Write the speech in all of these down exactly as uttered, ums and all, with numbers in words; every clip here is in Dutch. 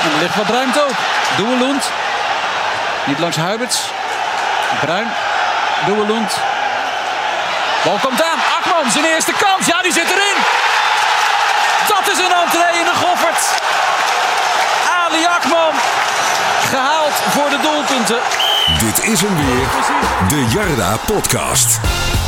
En er ligt wat ruimte ook. Doelund. Niet langs Huiberts. Bruin. Doelund. Bal komt aan. Akman, zijn eerste kans. Ja, die zit erin. Dat is een entree in de Goffert. Ali Akman. Gehaald voor de doelpunten. Dit is hem weer. De Jarda Podcast.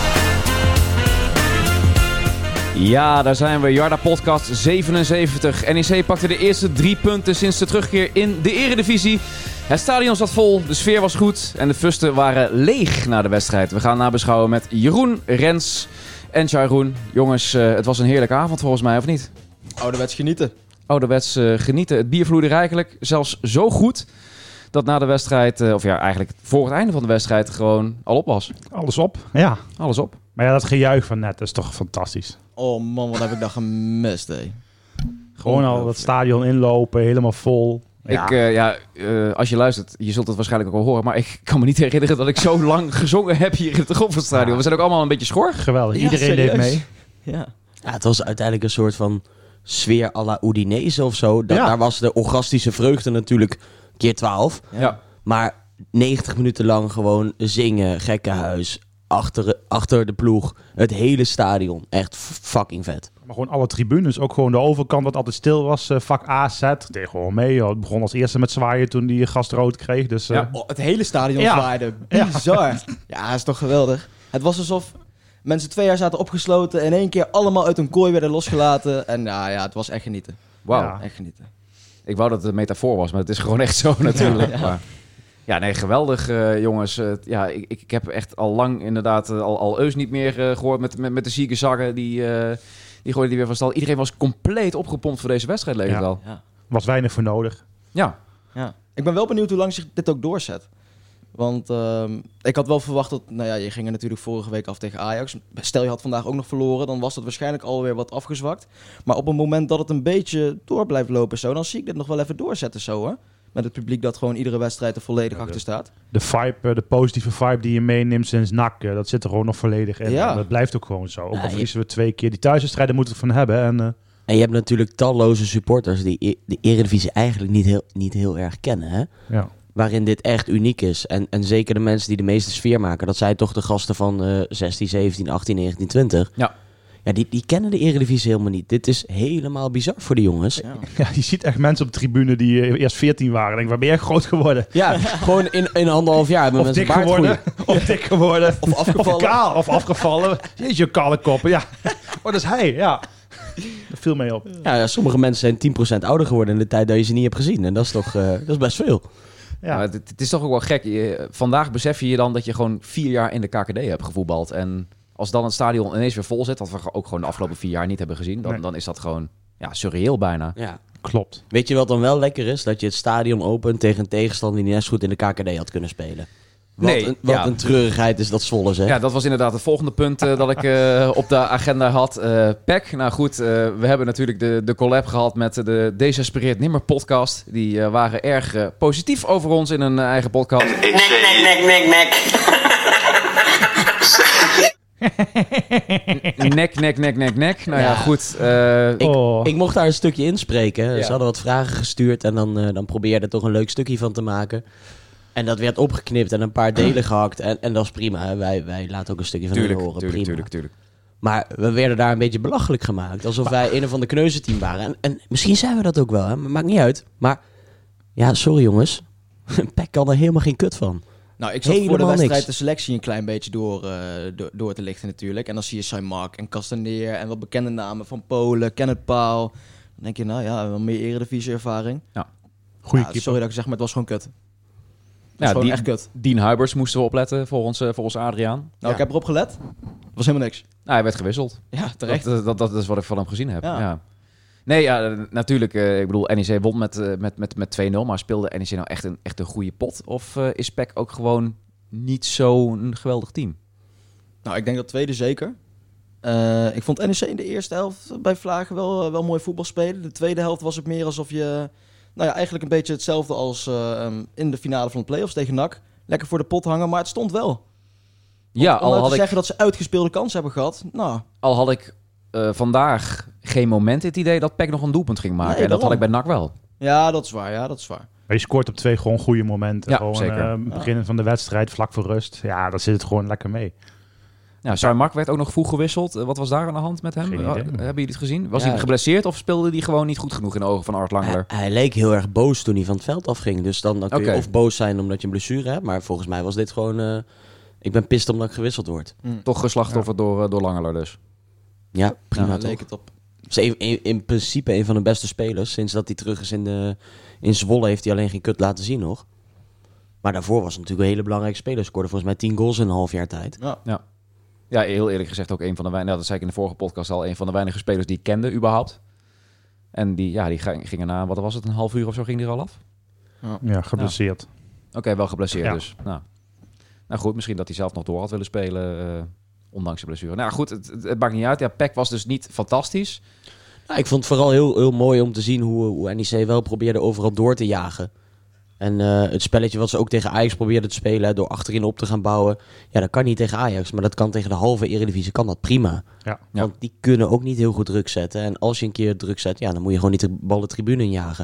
Ja, daar zijn we. Jarda Podcast zevenenzeventig. N E C pakte de eerste drie punten sinds de terugkeer in de Eredivisie. Het stadion zat vol, de sfeer was goed en de fusten waren leeg na de wedstrijd. We gaan nabeschouwen met Jeroen, Rens en Jeroen. Jongens, uh, het was een heerlijke avond volgens mij, of niet? Ouderwets genieten. Ouderwets uh, genieten. Het bier vloeide rijkelijk, zelfs zo goed dat na de wedstrijd, uh, of ja, eigenlijk voor het einde van de wedstrijd gewoon al op was. Alles op, ja. Alles op. Maar ja, dat gejuich van net, dat is toch fantastisch. Oh man, wat heb ik dat gemist, hé. Gewoon al dat stadion inlopen, helemaal vol. Ja. Ik, uh, ja, uh, als je luistert, je zult het waarschijnlijk ook al horen, maar ik kan me niet herinneren dat ik zo lang gezongen heb hier in het Goffertstadion. Ja. We zijn ook allemaal een beetje schor. Geweldig, ja, iedereen serieus. deed mee. Ja. Ja, het was uiteindelijk een soort van sfeer à la Udinese of zo. Da- Ja. Daar was de orgastische vreugde natuurlijk keer twaalf. Ja. Ja. Maar negentig minuten lang gewoon zingen, gekkenhuis, achter, achter de ploeg, het hele stadion. Echt fucking vet. Maar gewoon alle tribunes, ook gewoon de overkant wat altijd stil was, uh, vak A, Z. Deed gewoon mee, joh. Het begon als eerste met zwaaien toen die gast rood kreeg. Dus, uh, Ja. Oh, het hele stadion Ja. zwaaide. Bizar. Ja. ja, dat is toch geweldig. Het was alsof mensen twee jaar zaten opgesloten en in één keer allemaal uit een kooi werden losgelaten. En nou ja, het was echt genieten. Wauw. Ja. Echt genieten. Ik wou dat het een metafoor was, maar het is gewoon echt zo natuurlijk. Ja, maar, ja nee, geweldig uh, jongens. Uh, ja, ik, ik heb echt al lang inderdaad uh, al, al Eus niet meer uh, gehoord met, met, met de zieke zakken. Die, uh, die gooide die weer van stal. Iedereen was compleet opgepompt voor deze wedstrijd, leek het Ja. wel. Ja. was weinig voor nodig. Ja. Ja. Ik ben wel benieuwd hoe lang zich dit ook doorzet. Want um, ik had wel verwacht dat... Nou ja, je ging er natuurlijk vorige week af tegen Ajax. Stel je had vandaag ook nog verloren, dan was dat waarschijnlijk alweer wat afgezwakt. Maar op het moment dat het een beetje door blijft lopen zo, dan zie ik dit nog wel even doorzetten zo, hè. Met het publiek dat gewoon iedere wedstrijd er volledig Ja, achter staat. De vibe, uh, de positieve vibe die je meeneemt sinds N A C, uh, dat zit er gewoon nog volledig in. Ja. En dat blijft ook gewoon zo. Ook Ja, al je- verliezen we twee keer. Die thuiswedstrijden moeten we van hebben. En, uh, En je hebt natuurlijk talloze supporters die e- de Eredivisie eigenlijk niet heel, niet heel erg kennen, hè? ja. Waarin dit echt uniek is. En, en zeker de mensen die de meeste sfeer maken, dat zijn toch de gasten van uh, zestien, zeventien, achttien, negentien, twintig. Ja. Ja, die, die kennen de Eredivisie helemaal niet. Dit is helemaal bizar voor de jongens. Ja. ja, je ziet echt mensen op de tribune die uh, eerst veertien waren. Denk, waar ben jij groot geworden? Ja, gewoon in, in anderhalf jaar hebben Of mensen dik baard geworden. groeien. Of dik geworden. Of afgevallen. Of kaal. Of afgevallen. Jeetje, kale koppen. Ja. Oh, dat is hij. Ja. Dat viel mee op. Ja, ja, sommige mensen zijn tien procent ouder geworden in de tijd dat je ze niet hebt gezien. En dat is toch uh, dat is best veel. Ja. Maar het, het is toch ook wel gek. Je, vandaag besef je je dan dat je gewoon vier jaar in de K K D hebt gevoetbald. En als dan het stadion ineens weer vol zit, wat we ook gewoon de afgelopen vier jaar niet hebben gezien, dan, Nee. dan is dat gewoon ja, surreëel bijna. Ja. Klopt. Weet je wat dan wel lekker is? Dat je het stadion opent tegen een tegenstander die net zo goed in de K K D had kunnen spelen. Wat, Nee, een, wat ja. een treurigheid is dat Zwolle, zeg. Ja, dat was inderdaad het volgende punt uh, dat ik uh, op de agenda had. Uh, P E C, nou goed, uh, we hebben natuurlijk de, de collab gehad met de Desespereerd Nimmer podcast. Die uh, waren erg uh, positief over ons in een uh, eigen podcast. Nek, nek, nek, nek, nek. Nek, nek, nek, nek, nek. Nou ja, Ja. goed. Uh, Ik, Oh. ik mocht daar een stukje inspreken. Ja. Ze hadden wat vragen gestuurd en dan, uh, dan probeerde er toch een leuk stukje van te maken. En dat werd opgeknipt en een paar delen gehakt. En, en dat is prima. Hè. Wij, wij laten ook een stukje van hen tuurlijk, horen. tuurlijk, prima. tuurlijk, tuurlijk. Maar we werden daar een beetje belachelijk gemaakt. Alsof wij een of ander kneuzenteam waren. En, en misschien zijn we dat ook wel, hè. Maar maakt niet uit. Maar ja, sorry jongens. P E C kan er helemaal geen kut van. Nou, ik zat voor de Helemaal wedstrijd niks. de selectie een klein beetje door, uh, door, door te lichten natuurlijk. En dan zie je Saimak en Castaneer en wat bekende namen van Polen, Kenneth Paal. Dan denk je, nou ja, wel meer Eredivisie-ervaring. Goeie Ja, keeper. sorry dat ik zeg, maar het was gewoon kut. Het was Ja, gewoon die, echt kut. Dien Huibers moesten we opletten voor ons, uh, voor ons Adriaan. Nou, Ja. ik heb erop gelet. Het was helemaal niks. Nou, hij werd gewisseld. Ja, terecht. Dat, dat, dat is wat ik van hem gezien heb. Ja. Ja. Nee, ja, natuurlijk. Uh, ik bedoel, N E C won met, uh, met, met, met twee nul. Maar speelde N E C nou echt een, echt een goede pot? Of uh, is P E C ook gewoon niet zo'n geweldig team? Nou, ik denk dat tweede zeker. Uh, ik vond N E C in de eerste helft bij Vlagen wel, uh, wel mooi voetbal spelen. De tweede helft was het meer alsof je... Nou ja, eigenlijk een beetje hetzelfde als uh, um, in de finale van de play-offs tegen N A C. Lekker voor de pot hangen, maar het stond wel. Ja, Om al nou had, te ik, zeggen dat ze uitgespeelde kans hebben gehad. Nou, al had ik uh, vandaag geen moment het idee dat P E C nog een doelpunt ging maken. Nee, en dat had ik daarom. bij N A C wel. Ja, dat is waar. Ja, dat is waar. Maar je scoort op twee gewoon goede momenten. Ja, gewoon zeker. Uh, beginnen van de wedstrijd, vlak voor rust. Ja, dan zit het gewoon lekker mee. Ja, Sarmak werd ook nog vroeg gewisseld. Uh, wat was daar aan de hand met hem? Geen Uh, idee. hebben jullie het gezien? Was Ja, hij geblesseerd of speelde hij gewoon niet goed genoeg in de ogen van Art Langeler? Hij, hij leek heel erg boos toen hij van het veld afging. Dus dan, dan kun Oké. je of boos zijn omdat je een blessure hebt. Maar volgens mij was dit gewoon... Uh, ik ben pist omdat ik gewisseld word. Toch geslachtofferd door, uh, door Langeler dus. Ja, prima Ja, toch? leek het op. Is in, in, in principe een van de beste spelers. Sinds dat hij terug is in, de, in Zwolle heeft hij alleen geen kut laten zien nog. Maar daarvoor was het natuurlijk een hele belangrijke speler. Scoorde volgens mij tien goals in een half jaar tijd. Ja. Ja, heel eerlijk gezegd ook een van de weinige... Nou, dat zei ik in de vorige podcast al. Een van de weinige spelers die ik kende überhaupt. En die, ja, die ging- gingen na... Wat was het? Een half uur of zo ging die er al af? Ja, geblesseerd. Oké, okay, wel geblesseerd Ja. dus. Nou. nou goed, misschien dat hij zelf nog door had willen spelen... Uh, ondanks de blessure. Nou goed, het, het, het maakt niet uit. Ja, P E C was dus niet fantastisch. Nou, ik vond het vooral heel, heel mooi om te zien hoe, hoe N E C wel probeerde overal door te jagen. En uh, het spelletje wat ze ook tegen Ajax probeerden te spelen, door achterin op te gaan bouwen. Ja, dat kan niet tegen Ajax, maar dat kan tegen de halve Eredivisie, kan dat prima. Ja. Ja. Want die kunnen ook niet heel goed druk zetten. En als je een keer druk zet, ja, dan moet je gewoon niet de bal de tribune in jagen.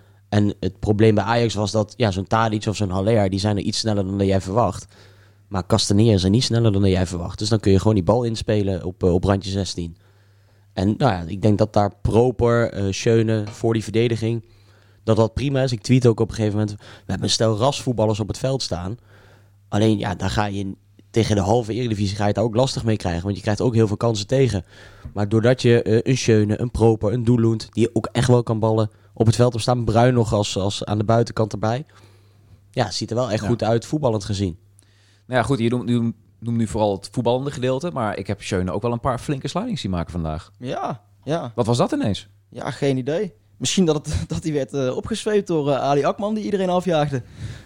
En het probleem bij Ajax was dat, ja, zo'n Tadic of zo'n Haller, die zijn er iets sneller dan dat jij verwacht. Maar Castaneer is er niet sneller dan dat jij verwacht. Dus dan kun je gewoon die bal inspelen op, uh, op randje zestien. En nou ja, ik denk dat daar Proper, uh, Schöne voor die verdediging, dat dat prima is. Ik tweet ook op een gegeven moment, we hebben een stel rasvoetballers op het veld staan. Alleen ja, daar ga je tegen de halve Eredivisie ga je het daar ook lastig mee krijgen. Want je krijgt ook heel veel kansen tegen. Maar doordat je uh, een Schöne, een Proper, een Doelund, die ook echt wel kan ballen, op het veld op staan. Bruin nog als, als aan de buitenkant erbij. Ja, het ziet er wel echt Ja. goed uit voetballend gezien. Nou ja, goed, je noemt, je noemt nu vooral het voetballende gedeelte. Maar ik heb Schöne ook wel een paar flinke slidings zien maken vandaag. Ja, ja. Wat was dat ineens? Ja, geen idee. Misschien dat, het, dat hij werd uh, opgesweept door uh, Ali Akman, die iedereen afjaagde.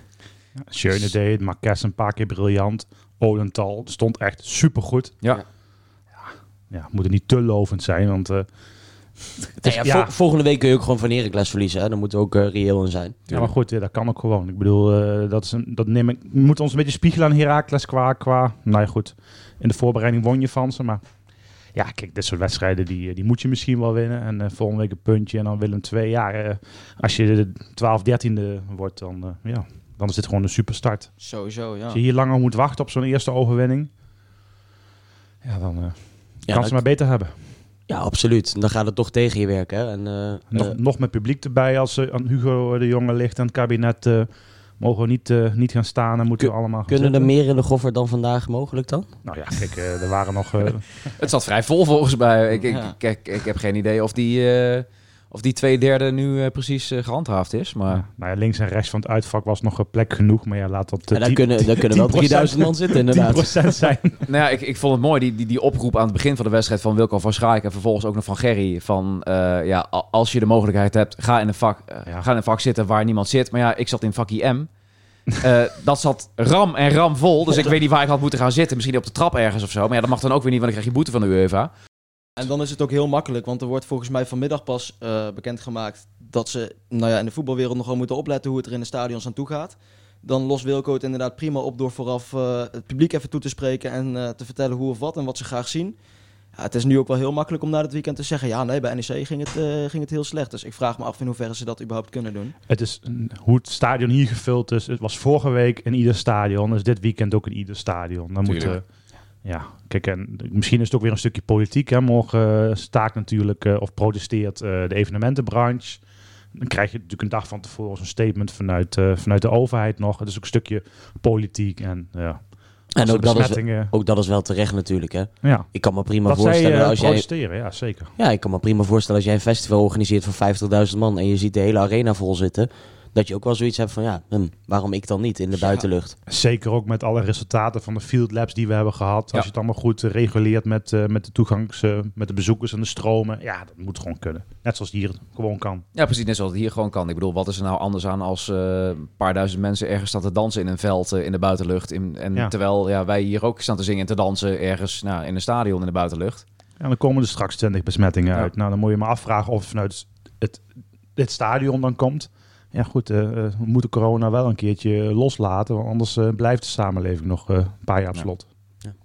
Schöne deed, Marques een paar keer briljant. Odenthal stond echt supergoed. Ja. Ja. Ja, moet het niet te lovend zijn, want... Uh, het is, Nou ja, ja, vol- volgende week kun je ook gewoon van Heracles verliezen. Hè? Daar moeten we ook uh, reëel in zijn. ja, maar goed, ja, dat kan ook gewoon. Ik bedoel, uh, dat, is een, dat neem ik... We moeten ons een beetje spiegelen aan Heracles qua... qua nou ja, goed, in de voorbereiding won je van ze, maar... Ja, kijk, dit soort wedstrijden, die, die moet je misschien wel winnen. En uh, volgende week een puntje en dan Willem twee. Ja, uh, als je de twaalf dertiende wordt, dan, uh, ja, dan is dit gewoon een superstart. Sowieso, ja. Als je hier langer moet wachten op zo'n eerste overwinning... Ja, dan uh, Ja, kan dat- ze maar beter hebben. Ja, absoluut. Dan gaat het toch tegen je werken. Hè? En, uh, Nog, uh, nog met publiek erbij als uh, aan Hugo de Jonge ligt en het kabinet... Uh, mogen we niet, uh, niet gaan staan en moeten Kun- we allemaal gaan kunnen er zitten. meer in de goffer dan vandaag mogelijk dan? Nou ja, kijk, uh, er waren nog... Uh, Het zat vrij vol volgens mij. Ik, ik, Ja. ik, ik, ik heb geen idee of die, uh, of die twee derde nu uh, precies uh, gehandhaafd is. Maar ja, nou ja, links en rechts van het uitvak was nog een plek genoeg. Maar ja, laat dat... Uh, En daar tien- kunnen, daar kunnen wel tien procent drieduizend man zitten inderdaad. tien procent zijn. nou ja, ik, ik vond het mooi, die, die, die oproep aan het begin van de wedstrijd van Wilco van Schaik en vervolgens ook nog van Gerry. Van uh, ja, a- als je de mogelijkheid hebt, ga in een vak, uh, Ja. ga in een vak zitten waar niemand zit. Maar ja, ik zat in vakkie M. Uh, dat zat ram en ram vol. Dus ik weet niet waar ik had moeten gaan zitten. Misschien op de trap ergens of zo. Maar ja, dat mag dan ook weer niet, want dan krijg je boete van de UEFA. En dan is het ook heel makkelijk, want er wordt volgens mij vanmiddag pas uh, bekendgemaakt dat ze nou ja, in de voetbalwereld nogal moeten opletten hoe het er in de stadions aan toe gaat. Dan lost Wilco het inderdaad prima op door vooraf uh, het publiek even toe te spreken en uh, te vertellen hoe of wat en wat ze graag zien. Ja, het is nu ook wel heel makkelijk om na dit weekend te zeggen, ja nee, bij N E C ging het, uh, ging het heel slecht. Dus ik vraag me af in hoeverre ze dat überhaupt kunnen doen. Het is een- hoe het stadion hier gevuld is. Het was vorige week in ieder stadion. Dus dit weekend ook in ieder stadion. Dan moet, Tuurlijk. uh, ja, kijk, en misschien is het ook weer een stukje politiek. Hè. Morgen uh, staakt natuurlijk uh, of protesteert uh, de evenementenbranche. Dan krijg je natuurlijk een dag van tevoren zo'n statement vanuit, uh, vanuit de overheid nog. Het is ook een stukje politiek en ja. En als ook de dat, is, besmettingen- ook dat is wel terecht natuurlijk. Hè? ja. Ik kan me prima Dat zij voorstellen uh, als jij... protesteren, ja zeker. Ja, ik kan me prima voorstellen als jij een festival organiseert van vijftigduizend man en je ziet de hele arena vol zitten, dat je ook wel zoiets hebt van ja, hm, waarom ik dan niet in de Ja. buitenlucht? Zeker ook met alle resultaten van de field labs die we hebben gehad. Ja. Als je het allemaal goed uh, reguleert met, uh, met de toegangs, uh, met de bezoekers en de stromen. Ja, dat moet gewoon kunnen. Net zoals het hier gewoon kan. Ja, precies net zoals het hier gewoon kan. Ik bedoel, wat is er nou anders aan als uh, een paar duizend mensen ergens staan te dansen in een veld uh, in de buitenlucht. In, en Ja. terwijl ja, wij hier ook staan te zingen en te dansen ergens nou, in een stadion in de buitenlucht. En dan komen er straks twintig besmettingen Ja. uit. Nou, dan moet je maar afvragen of het vanuit het, het stadion dan komt. Ja goed, uh, uh, we moeten corona wel een keertje loslaten. Want anders uh, blijft de samenleving nog uh, een paar jaar op Ja. slot.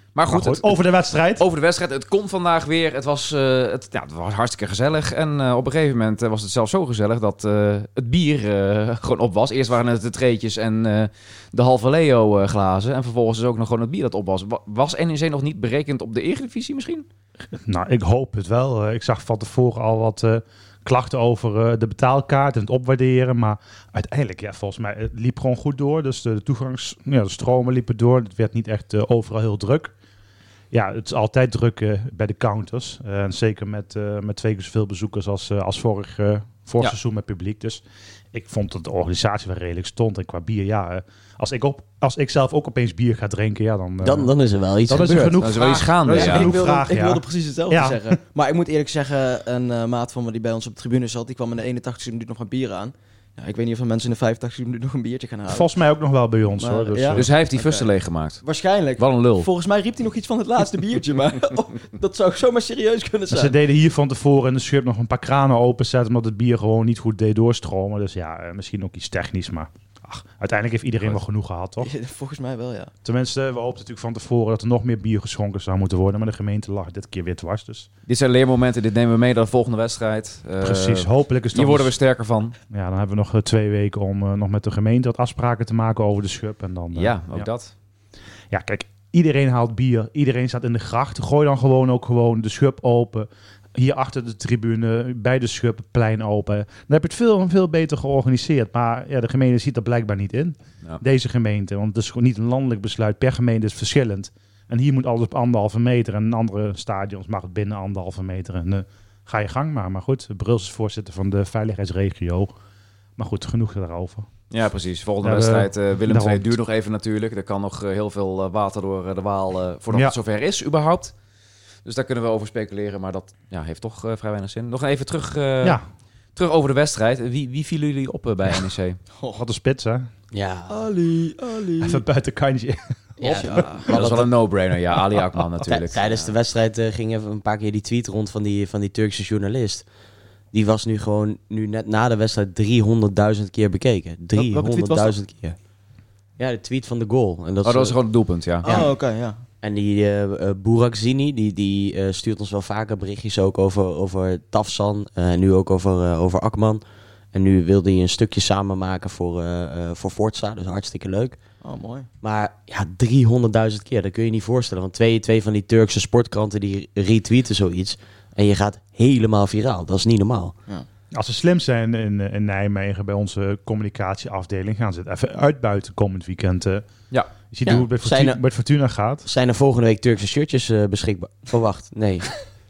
Maar goed, Maar goed, het- over de wedstrijd. over de wedstrijd. Het kon vandaag weer. Het was, uh, het, ja, het was hartstikke gezellig. En uh, op een gegeven moment uh, was het zelfs zo gezellig dat uh, het bier uh, gewoon op was. Eerst waren het de treetjes en uh, de halve Leo uh, glazen. En vervolgens is ook nog gewoon het bier dat op was. Wa- was N E C nog niet berekend op de Eredivisie misschien? Nou, ik hoop het wel. Uh, ik zag van tevoren al wat uh, klachten over uh, de betaalkaart en het opwaarderen. Maar uiteindelijk, ja, volgens mij, het liep gewoon goed door. Dus de, de toegangs, ja, de stromen liepen door. Het werd niet echt uh, overal heel druk. Ja, het is altijd druk uh, bij de counters. Uh, en zeker met, uh, met twee keer zoveel bezoekers als, uh, als vorig, uh, vorig Ja. seizoen met publiek. Dus ik vond dat de organisatie wel redelijk stond. En qua bier, ja, uh, als, ik op, als ik zelf ook opeens bier ga drinken, ja, dan... Uh, Dan, dan is er wel iets dan is er gebeurd. genoeg Dan is er wel iets vraag. gaande, Dan is er ja. Ik genoeg wilde, vraag, ik ja. wilde precies hetzelfde Ja. zeggen. Maar ik moet eerlijk zeggen, een uh, maat van me die bij ons op de tribune zat, die kwam in de eenentachtigste minuut nog een bier aan. Ja, ik weet niet of er mensen in de vijfentachtigste minuut nog een biertje gaan halen. Volgens mij ook nog wel bij ons, Maar, hoor. Dus, ja. uh, Dus hij heeft die Oké. fusten leeggemaakt. Waarschijnlijk. Wat een lul. Volgens mij riep hij nog iets van het laatste biertje, maar oh, dat zou zomaar serieus kunnen Ze zijn. deden hier van tevoren in de schip nog een paar kranen openzetten, omdat het bier gewoon niet goed deed doorstromen. Dus ja, eh, misschien ook iets technisch, maar ach, uiteindelijk heeft iedereen wel genoeg gehad, toch? Volgens mij wel, ja. Tenminste, we hoopten natuurlijk van tevoren dat er nog meer bier geschonken zou moeten worden, maar de gemeente lag dit keer weer dwars. Dus Dit zijn leermomenten. Dit nemen we mee naar de volgende wedstrijd. Uh, precies, hopelijk is dat... Hier worden we sterker van. Ja, dan hebben we nog uh, twee weken om uh, nog met de gemeente wat afspraken te maken over de schub. En dan, uh, Ja, ook ja. dat. Ja, kijk, iedereen haalt bier. Iedereen staat in de gracht. Gooi dan gewoon ook gewoon de schub open. Hier achter de tribune, bij de schub, het plein open. Dan heb je het veel en veel beter georganiseerd. Maar ja, de gemeente ziet dat blijkbaar niet in. Ja. Deze gemeente. Want het is gewoon niet een landelijk besluit. Per gemeente is verschillend. En hier moet alles op anderhalve meter. En in andere stadions mag het binnen anderhalve meter. En uh, ga je gang maar. Maar goed, Bruls is voorzitter van de veiligheidsregio. Maar goed, genoeg daarover. Ja, precies. Volgende Ja, de- wedstrijd uh, Willem daarom. twee duurt nog even natuurlijk. Er kan nog uh, heel veel uh, water door uh, de Waal uh, voordat Ja. het zover is überhaupt. Dus daar kunnen we over speculeren, maar dat ja, heeft toch uh, vrij weinig zin. Nog even terug, uh, ja, terug over de wedstrijd. Wie, wie vielen jullie op uh, bij N E C? wat een spits, hè? Ja, Ali, Ali. Even buiten kantje. ja. Ja, dat is wel een no-brainer. Ja, Ali Akman natuurlijk. Tij- Tijdens de wedstrijd uh, ging even een paar keer die tweet rond van die, van die Turkse journalist. Die was nu gewoon, nu net na de wedstrijd, driehonderdduizend keer bekeken. driehonderdduizend keer. Ja, de tweet van de goal. En dat, Oh, dat was is, gewoon het doelpunt, ja. Oh, oké, okay, ja. En die uh, uh, Burakzini, die, die uh, stuurt ons wel vaker berichtjes ook over, over Tafsan. En uh, nu ook over, uh, over Akman. En nu wilde hij een stukje samen maken voor, uh, uh, voor Forza. Dus hartstikke leuk. Oh, mooi. Maar ja, driehonderdduizend keer, dat kun je niet voorstellen. Want twee, twee van die Turkse sportkranten die retweeten zoiets. En je gaat helemaal viraal. Dat is niet normaal. Als ze slim zijn in, in Nijmegen bij onze communicatieafdeling, gaan ze het even uitbuiten komend weekend. Uh. Ja. Je ziet Ja, hoe het bij Fortuna, zijn er- bij Fortuna gaat. Zijn er volgende week Turkse shirtjes uh, beschikbaar? Verwacht, nee.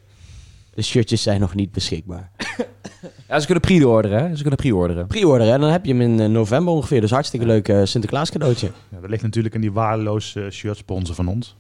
De shirtjes zijn nog niet beschikbaar. Ja, ze kunnen pre-orderen, hè? Ze kunnen pre-orderen. Pre-orderen en dan heb je hem in uh, november ongeveer. Dus hartstikke leuk uh, Sinterklaas cadeautje. Ja, dat ligt natuurlijk in die waardeloze uh, shirtsponsor van ons.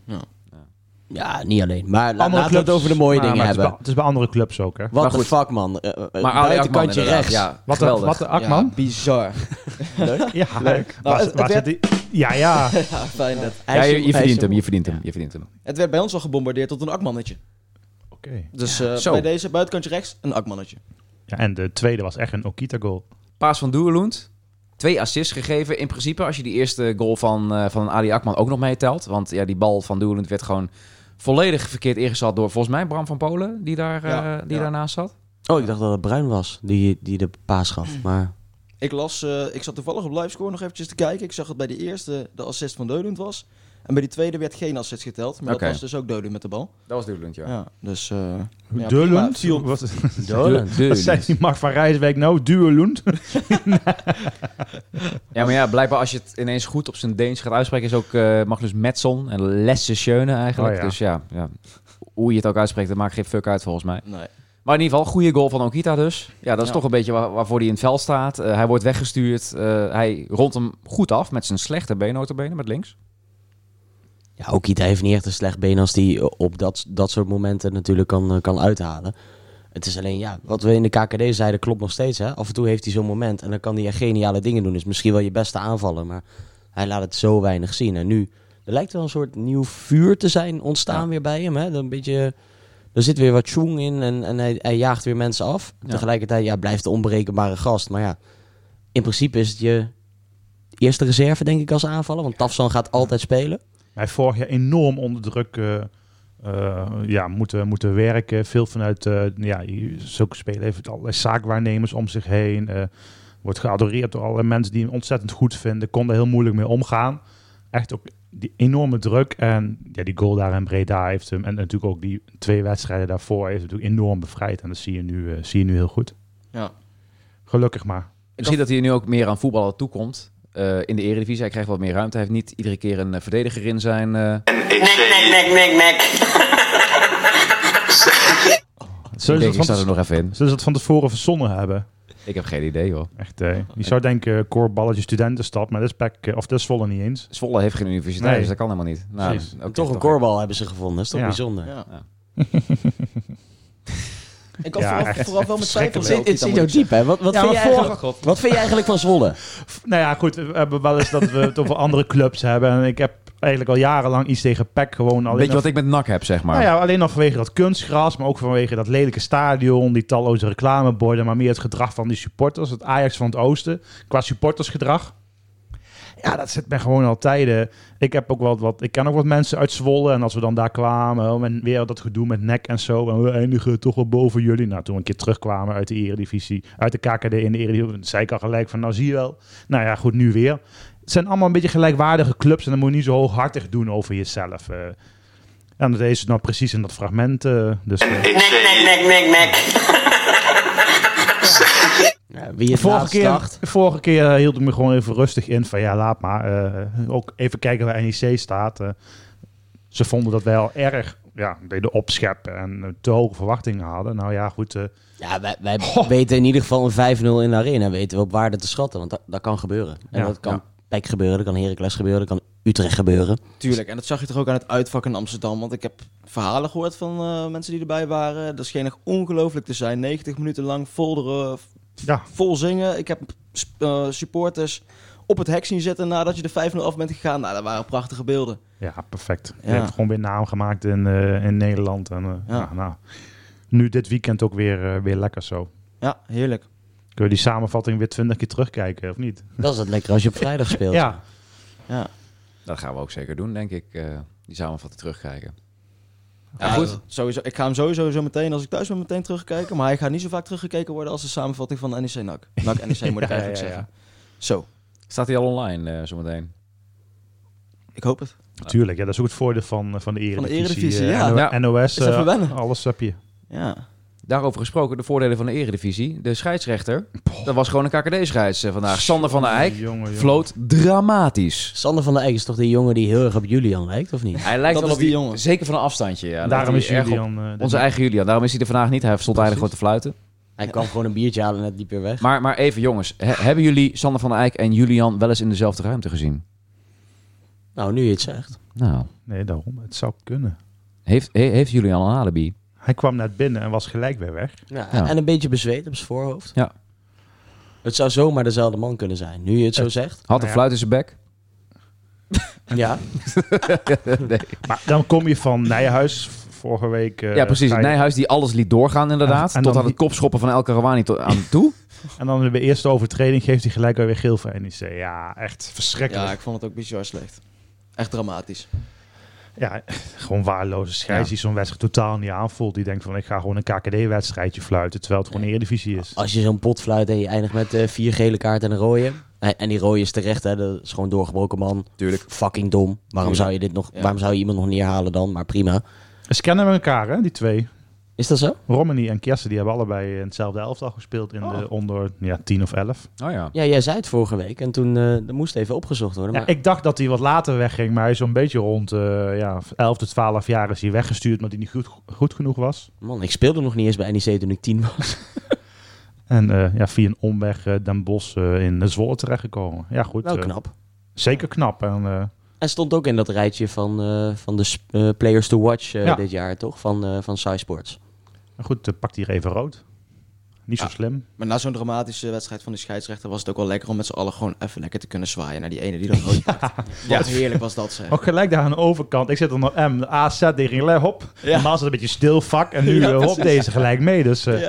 Ja, niet alleen. Maar la- Andere laten we het clubs- over de mooie maar- dingen maar het is hebben. bij- Het is bij andere clubs ook, hè? Wat Maar de goed. fuck, man. Uh, uh, Maar Ali Akman buitenkantje inderdaad, rechts. Ja, Wat de, geweldig. wat de Akman? Ja, bizar. Ja, leuk. Nou, Waar, het- waar het zit die? Ja, ja. Ja, fijn dat. Hij Ja, is- je, je hij verdient is- hem, je verdient hem, je verdient hem. Het werd bij ons al gebombardeerd tot een akmannetje. Oké. Dus eh, zo. bij deze buitenkantje rechts een akmannetje. Ja, en de tweede was echt een Okita-goal. Paas van Doerlund. Twee assists gegeven. In principe, als je die eerste goal van, uh, van Ali Akman ook nog meetelt. Want ja, die bal van Doerlund werd gewoon volledig verkeerd ingezet door volgens mij Bram van Polen, die, daar, uh, Ja, die ja. daarnaast zat. Oh, ik dacht dat het Bruin was die, die de paas gaf. Maar Ik las, uh, ik zat toevallig op livescore nog eventjes te kijken. Ik zag dat bij de eerste de assist van Deulund was. En bij die tweede werd geen assist geteld. Maar Oké. dat was dus ook Deulund met de bal. Dat was Doerlund, ja. Ja, dus... uh, ja, Deulund? prima. Viel- Wat, Dolan. wat zei die Mark van Rijswijk nou? Deulund? Ja, maar ja, blijkbaar als je het ineens goed op zijn Deens gaat uitspreken, is ook uh, Magnus Metson en Lesse Schöne eigenlijk. Oh ja. Dus ja, ja, hoe je het ook uitspreekt, dat maakt geen fuck uit volgens mij. Nee. Maar in ieder geval, goede goal van Okita dus. Ja, dat is Ja. toch een beetje waar, waarvoor hij in het veld staat. Uh, hij wordt weggestuurd. Uh, hij rondt hem goed af met zijn slechte been, notabene, met links. ja, Okita heeft niet echt een slecht been als die op dat, dat soort momenten natuurlijk kan, uh, kan uithalen. Het is alleen, ja, wat we in de K K D zeiden klopt nog steeds. Hè? Af en toe heeft hij zo'n moment en dan kan hij echt geniale dingen doen. Is misschien wel je beste aanvaller, maar hij laat het zo weinig zien. En nu, er lijkt wel een soort nieuw vuur te zijn ontstaan Ja. weer bij hem. Hè? Een beetje, er zit weer wat tjoeng in en, en hij, hij jaagt weer mensen af. Ja. Tegelijkertijd, ja, blijft de onberekenbare gast. Maar ja, in principe is het je eerste reserve, denk ik, als aanvaller. Want Tafsan gaat altijd spelen. Hij heeft vorig jaar enorm onder druk uh, uh, ja, moeten, moeten werken. Veel vanuit, uh, ja, zulke spelers heeft allerlei zaakwaarnemers om zich heen. Uh, wordt geadoreerd door allerlei mensen die hem ontzettend goed vinden. Kon er heel moeilijk mee omgaan. Echt ook die enorme druk. En ja, die goal daar in Breda heeft hem. En natuurlijk ook die twee wedstrijden daarvoor heeft hem natuurlijk enorm bevrijd. En dat zie je nu, uh, zie je nu heel goed. Ja. Gelukkig maar. Ik zie dat hij nu ook meer aan voetballen toekomt. Uh, in de Eredivisie. Hij krijgt wat meer ruimte. Hij heeft niet iedere keer een uh, verdediger in zijn... Uh... Nek, nek, nek, nek, nek. Ik denk, ik sta er nog even in. Zullen ze dat van tevoren verzonnen hebben? Ik heb geen idee, hoor. Echt, eh, je zou denken, korballetje studentenstad, maar dat is Pek, of dat is Zwolle niet eens. Zwolle heeft geen universiteit, Nee. dus dat kan helemaal niet. Nou, Precies. okay, toch een toch koorbal hebben ze gevonden. Dat is toch Ja. bijzonder. Ja. Ja. Ik had Ja, vooraf, echt vooraf wel met twijfels. Het zit, het zit jou diep, hè? Wat, wat, Ja, vind maar je voor- eigenlijk, wat vind je eigenlijk van Zwolle? Nou ja, goed, we hebben wel eens dat we het over andere clubs hebben. En ik heb eigenlijk al jarenlang iets tegen Pek gewoon alleen. Weet je nog- wat ik met N A C heb, zeg maar? Nou ja, alleen al vanwege dat kunstgras, maar ook vanwege dat lelijke stadion, die talloze reclameborden, maar meer het gedrag van die supporters, het Ajax van het Oosten, qua supportersgedrag. Ja, dat zit mij gewoon al tijden. Ik heb ook wel wat, ik ken ook wat mensen uit Zwolle en als we dan daar kwamen, oh, en weer dat gedoe met nek en zo, en we eindigen toch wel boven jullie. Nou, toen we een keer terugkwamen uit de Eredivisie, uit de K K D in de Eredivisie, zei ik al gelijk van, nou zie je wel. Nou ja, goed, nu weer. Het zijn allemaal een beetje gelijkwaardige clubs en dan moet je niet zo hooghartig doen over jezelf. Uh, en dat is nou precies in dat fragment. Uh, dus, uh, Nek, nek, nek, nek, nek. Ja, wie het vorige, laatst keer, dacht. vorige keer uh, hield ik me gewoon even rustig in van ja, laat maar. Uh, ook even kijken waar N E C staat. Uh, ze vonden dat wij al erg ja, deden opscheppen en uh, te hoge verwachtingen hadden. Nou ja, goed. Uh, Ja, wij, wij Goh. weten in ieder geval een vijf nul in de arena. Weten we op waarde te schatten. Want dat, dat kan gebeuren. En Ja, dat kan ja. Pek gebeuren. Dat kan Heracles gebeuren. Dat kan Utrecht gebeuren. Tuurlijk, en dat zag je toch ook aan het uitvak in Amsterdam. Want ik heb verhalen gehoord van uh, mensen die erbij waren. Dat scheen echt ongelooflijk te zijn. negentig minuten lang vol, uh, ja, vol zingen. Ik heb uh, supporters op het hek zien zitten nadat je de vijf nul af bent gegaan. Nou, dat waren prachtige beelden. ja, perfect. Je Ja. hebt gewoon weer naam gemaakt in, uh, in Nederland. En, uh, Ja. ja, nou, nu dit weekend ook weer, uh, weer lekker zo. Ja, heerlijk. Kun je die samenvatting weer twintig keer terugkijken, of niet? Dat is het lekker als je op vrijdag speelt. Ja, Ja. Dat gaan we ook zeker doen, denk ik. Uh, die samenvatting terugkijken. Ja, Ja, goed. goed. Sowieso, ik ga hem sowieso zo meteen, als ik thuis ben, meteen terugkijken. Maar hij gaat niet zo vaak teruggekeken worden als de samenvatting van N E C N A C. N A C N E C moet ik Ja, eigenlijk ja, ja. zeggen. Zo, Staat hij al online uh, zometeen? ik hoop het. natuurlijk. Ja, dat is ook het voordeel van, van de Eredivisie. Eredivisie, Uh, ja. N O- Ja. N O S, Is even uh, wennen. alles heb je. Ja. Daarover gesproken, de voordelen van de Eredivisie. De scheidsrechter, dat was gewoon een K K D-scheids uh, vandaag. Sander van der Eyck Jongen, jongen. floot dramatisch. Sander van der Eyck is toch die jongen die heel erg op Julian lijkt, of niet? Hij lijkt Dat wel is op die die jongen. Zeker van een afstandje. Ja. Daarom Lijkt is hij erg op Julian... uh, de- Onze eigen Julian. Daarom is hij er vandaag niet. Hij stond eigenlijk gewoon te fluiten. Hij kwam gewoon een biertje halen en net liep weer weg. Maar, maar even jongens, he- hebben jullie Sander van der Eyck en Julian wel eens in dezelfde ruimte gezien? Nou, nu je het zegt. Nou, Nee, daarom. Het zou kunnen. heeft, he- heeft Julian een alibi? Hij kwam net binnen en was gelijk weer weg. Ja, Ja. En een beetje bezweet op zijn voorhoofd. Ja. Het zou zomaar dezelfde man kunnen zijn. Nu je het zo Het- zegt. Had een ja. fluit in zijn bek? Ja. Nee. Maar dan kom je van Nijhuis vorige week. uh, Ja, precies. ga Het je- Nijhuis die alles liet doorgaan inderdaad. En- en tot dan aan het die- kopschoppen van El Karawani tot aan toe. En dan bij de eerste overtreding geeft hij gelijk weer geel voor N E C. Ja, echt verschrikkelijk. Ja, ik vond het ook bizar slecht. Echt dramatisch. Ja, gewoon waardeloze scheids Ja. die zo'n wedstrijd totaal niet aanvoelt. Die denkt van ik ga gewoon een K K D-wedstrijdje fluiten, terwijl het gewoon een Eredivisie is. Als je zo'n pot fluit en je eindigt met eh, vier gele kaarten en een rode. En, en die rode is terecht, hè. Dat is gewoon doorgebroken man. Tuurlijk. Fucking dom. Waarom Tuurlijk. zou je dit nog? Ja. Waarom zou je iemand nog neerhalen dan? Maar prima. Ze kennen elkaar, hè, die twee. Is dat zo? Romani en Kersen, die hebben allebei in hetzelfde elftal gespeeld in Oh. de onder ja, tien of elf. Oh ja. Ja, jij zei het vorige week en toen uh, dat moest even opgezocht worden. Ja, Maar ik dacht dat hij wat later wegging, maar hij is zo'n beetje rond uh, ja, elf tot twaalf jaar is hij weggestuurd, omdat hij niet goed, goed genoeg was. man, ik speelde nog niet eens bij N E C toen ik tien was. En uh, ja, via een omweg uh, Den Bosch uh, in de Zwolle terechtgekomen. Ja, goed. Wel uh, knap. Zeker knap. En, uh, En stond ook in dat rijtje van, uh, van de sp- uh, Players to Watch uh, Ja. dit jaar, toch? Van, uh, van Sky Sports. maar goed, uh, pakt hij hier even rood. Niet Ja. zo slim. Maar na zo'n dramatische wedstrijd van de scheidsrechter was het ook wel lekker om met z'n allen gewoon even lekker te kunnen zwaaien naar die ene die dan rood pakt. Wat heerlijk was dat, zeg. Ook gelijk daar aan de overkant. Ik zit er nog M, de A Z, die ging le- hop. Ja. Normaal is het een beetje stil vak. En nu Ja, uh, hop precies. deze gelijk mee. Dus uh, Ja.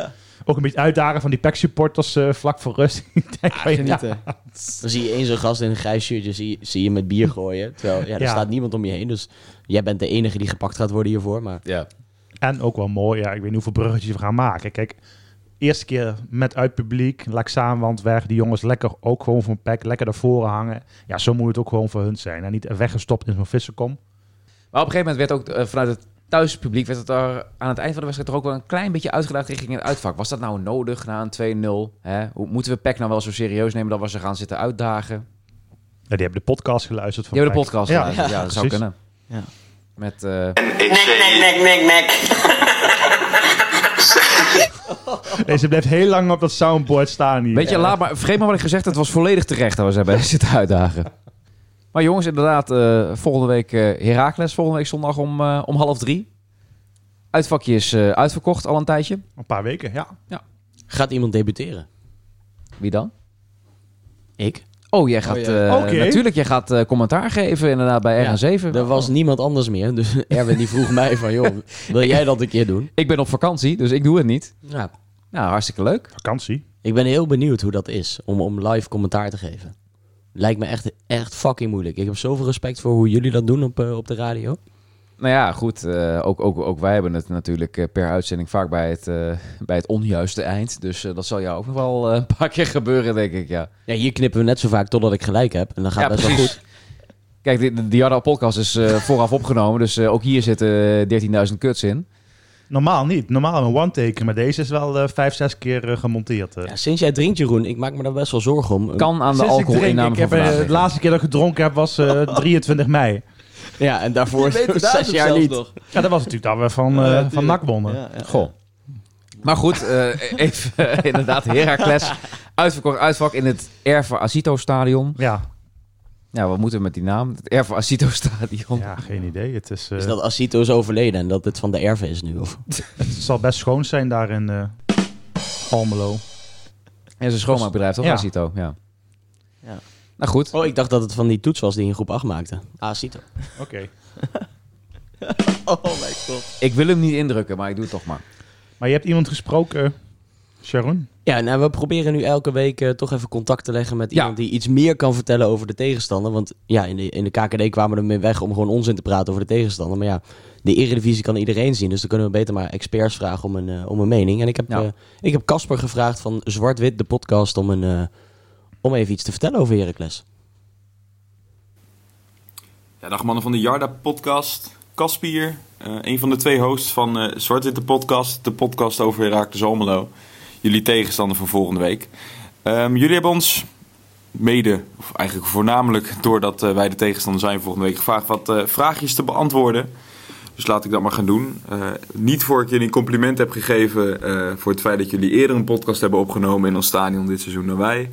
Ook een beetje uitdagen van die P E C-supporters uh, vlak voor rust. Ik denk Ja, van, ja, genieten. Dan zie je één zo'n gast in een grijs shirtje, zie, zie je met bier gooien. Terwijl ja, er Ja. staat niemand om je heen. Dus jij bent de enige die gepakt gaat worden hiervoor. Maar Ja. En ook wel mooi, ja, ik weet niet hoeveel bruggetjes we gaan maken. Kijk, eerste keer met uit publiek, Laxaanwand weg, die jongens lekker ook gewoon van P E C, lekker daarvoor hangen. Ja, zo moet het ook gewoon voor hun zijn. En niet weggestopt in zo'n vissenkom. Maar op een gegeven moment werd ook uh, vanuit het thuispubliek werd het er aan het eind van de wedstrijd toch ook wel een klein beetje uitgedaagd richting het uitvak. Was dat nou nodig na een twee nul? Hè? Hoe moeten we P E C nou wel zo serieus nemen dat we ze gaan zitten uitdagen? Ja, die hebben de podcast geluisterd van Die hebben de P E C. podcast Ja, geluisterd. Ja, dat zou precies. kunnen. Ja. Met, uh, Nek, nek, nek, nek, nek. Deze blijft heel lang op dat soundboard staan hier. weet je, laat maar, vergeet maar wat ik gezegd heb. Het was volledig terecht dat we ze hebben zitten uitdagen. Maar jongens, inderdaad, uh, volgende week uh, Heracles. Volgende week zondag om, uh, om half drie. Uitvakje is uh, uitverkocht al een tijdje. Een paar weken, ja. gaat iemand debuteren? Wie dan? Ik? Oh, jij gaat Oh, ja. uh, Oké. natuurlijk, jij gaat uh, commentaar geven inderdaad bij R N zeven. Er was niemand anders meer. Dus Erwin die vroeg mij van, joh, wil jij dat een keer doen? Ik ben op vakantie, dus ik doe het niet. Ja, Nou, hartstikke leuk. Vakantie. ik ben heel benieuwd hoe dat is om, om live commentaar te geven. Lijkt me echt, echt fucking moeilijk. Ik heb zoveel respect voor hoe jullie dat doen op, uh, op de radio. Nou ja, goed. Uh, ook, ook, ook wij hebben het natuurlijk uh, per uitzending vaak bij het, uh, bij het onjuiste eind. Dus uh, dat zal jou ook nog wel uh, een paar keer gebeuren, denk ik, ja. Ja, hier knippen we net zo vaak totdat ik gelijk heb. En dan gaat Ja, het best wel goed. Kijk, de, de, de Jarda podcast is uh, vooraf opgenomen, dus uh, ook hier zitten uh, dertienduizend cuts in. Normaal niet. Normaal een one-taker. Maar deze is wel uh, vijf, zes keer uh, gemonteerd. Uh. Ja, sinds jij drinkt, Jeroen, ik maak me daar best wel zorgen om. Kan aan de Sinds ik drink, alcoholinname ik van heb, uh, vandaag De laatste keer dat ik gedronken heb was uh, drieëntwintig mei. Ja, en daarvoor Je weet het zes datum jaar zelfs niet. nog. Ja, dat was natuurlijk dat we van, uh, Ja, van tuurlijk. N A C wonnen. Ja, ja. Goh. Maar goed, uh, even uh, inderdaad, Heracles. Uitverkocht uitvak in het Erve Acito Stadion. Ja. Ja, wat moeten we met die naam? Het Erve Acito Stadion. ja, geen idee. Het, is, uh, Is dat Asito is overleden en dat het van de Erve is nu? Of? het zal best schoon zijn daar in uh, Almelo. En zijn schoonmaakbedrijf, toch? Ja. Acito, ja. Ja. Nou goed. Oh, ik dacht dat het van die toets was die in groep acht maakte. Asito. Oké. Okay. Oh mijn god. Ik wil hem niet indrukken, maar ik doe het toch maar. Maar je hebt iemand gesproken, uh, Sharon? Ja, nou, we proberen nu elke week uh, toch even contact te leggen met Ja. iemand die iets meer kan vertellen over de tegenstander. Want ja, in de, in de K K D kwamen we ermee weg om gewoon onzin te praten over de tegenstander. Maar ja, de Eredivisie kan iedereen zien. Dus dan kunnen we beter maar experts vragen om een, uh, om een mening. En ik heb Ja. uh, ik heb Casper gevraagd van Zwart-Wit, de podcast, om, een, uh, om even iets te vertellen over Heracles. Ja, dag mannen van de Jarda podcast. Casper hier, uh, een van de twee hosts van uh, Zwart-Wit de podcast. De podcast over Heracles Almelo. Jullie tegenstander van volgende week. Um, jullie hebben ons mede, of eigenlijk voornamelijk doordat uh, wij de tegenstander zijn volgende week, gevraagd wat uh, vraagjes te beantwoorden. Dus laat ik dat maar gaan doen. Uh, niet voor ik jullie een compliment heb gegeven uh, voor het feit dat jullie eerder een podcast hebben opgenomen in ons stadion dit seizoen dan wij.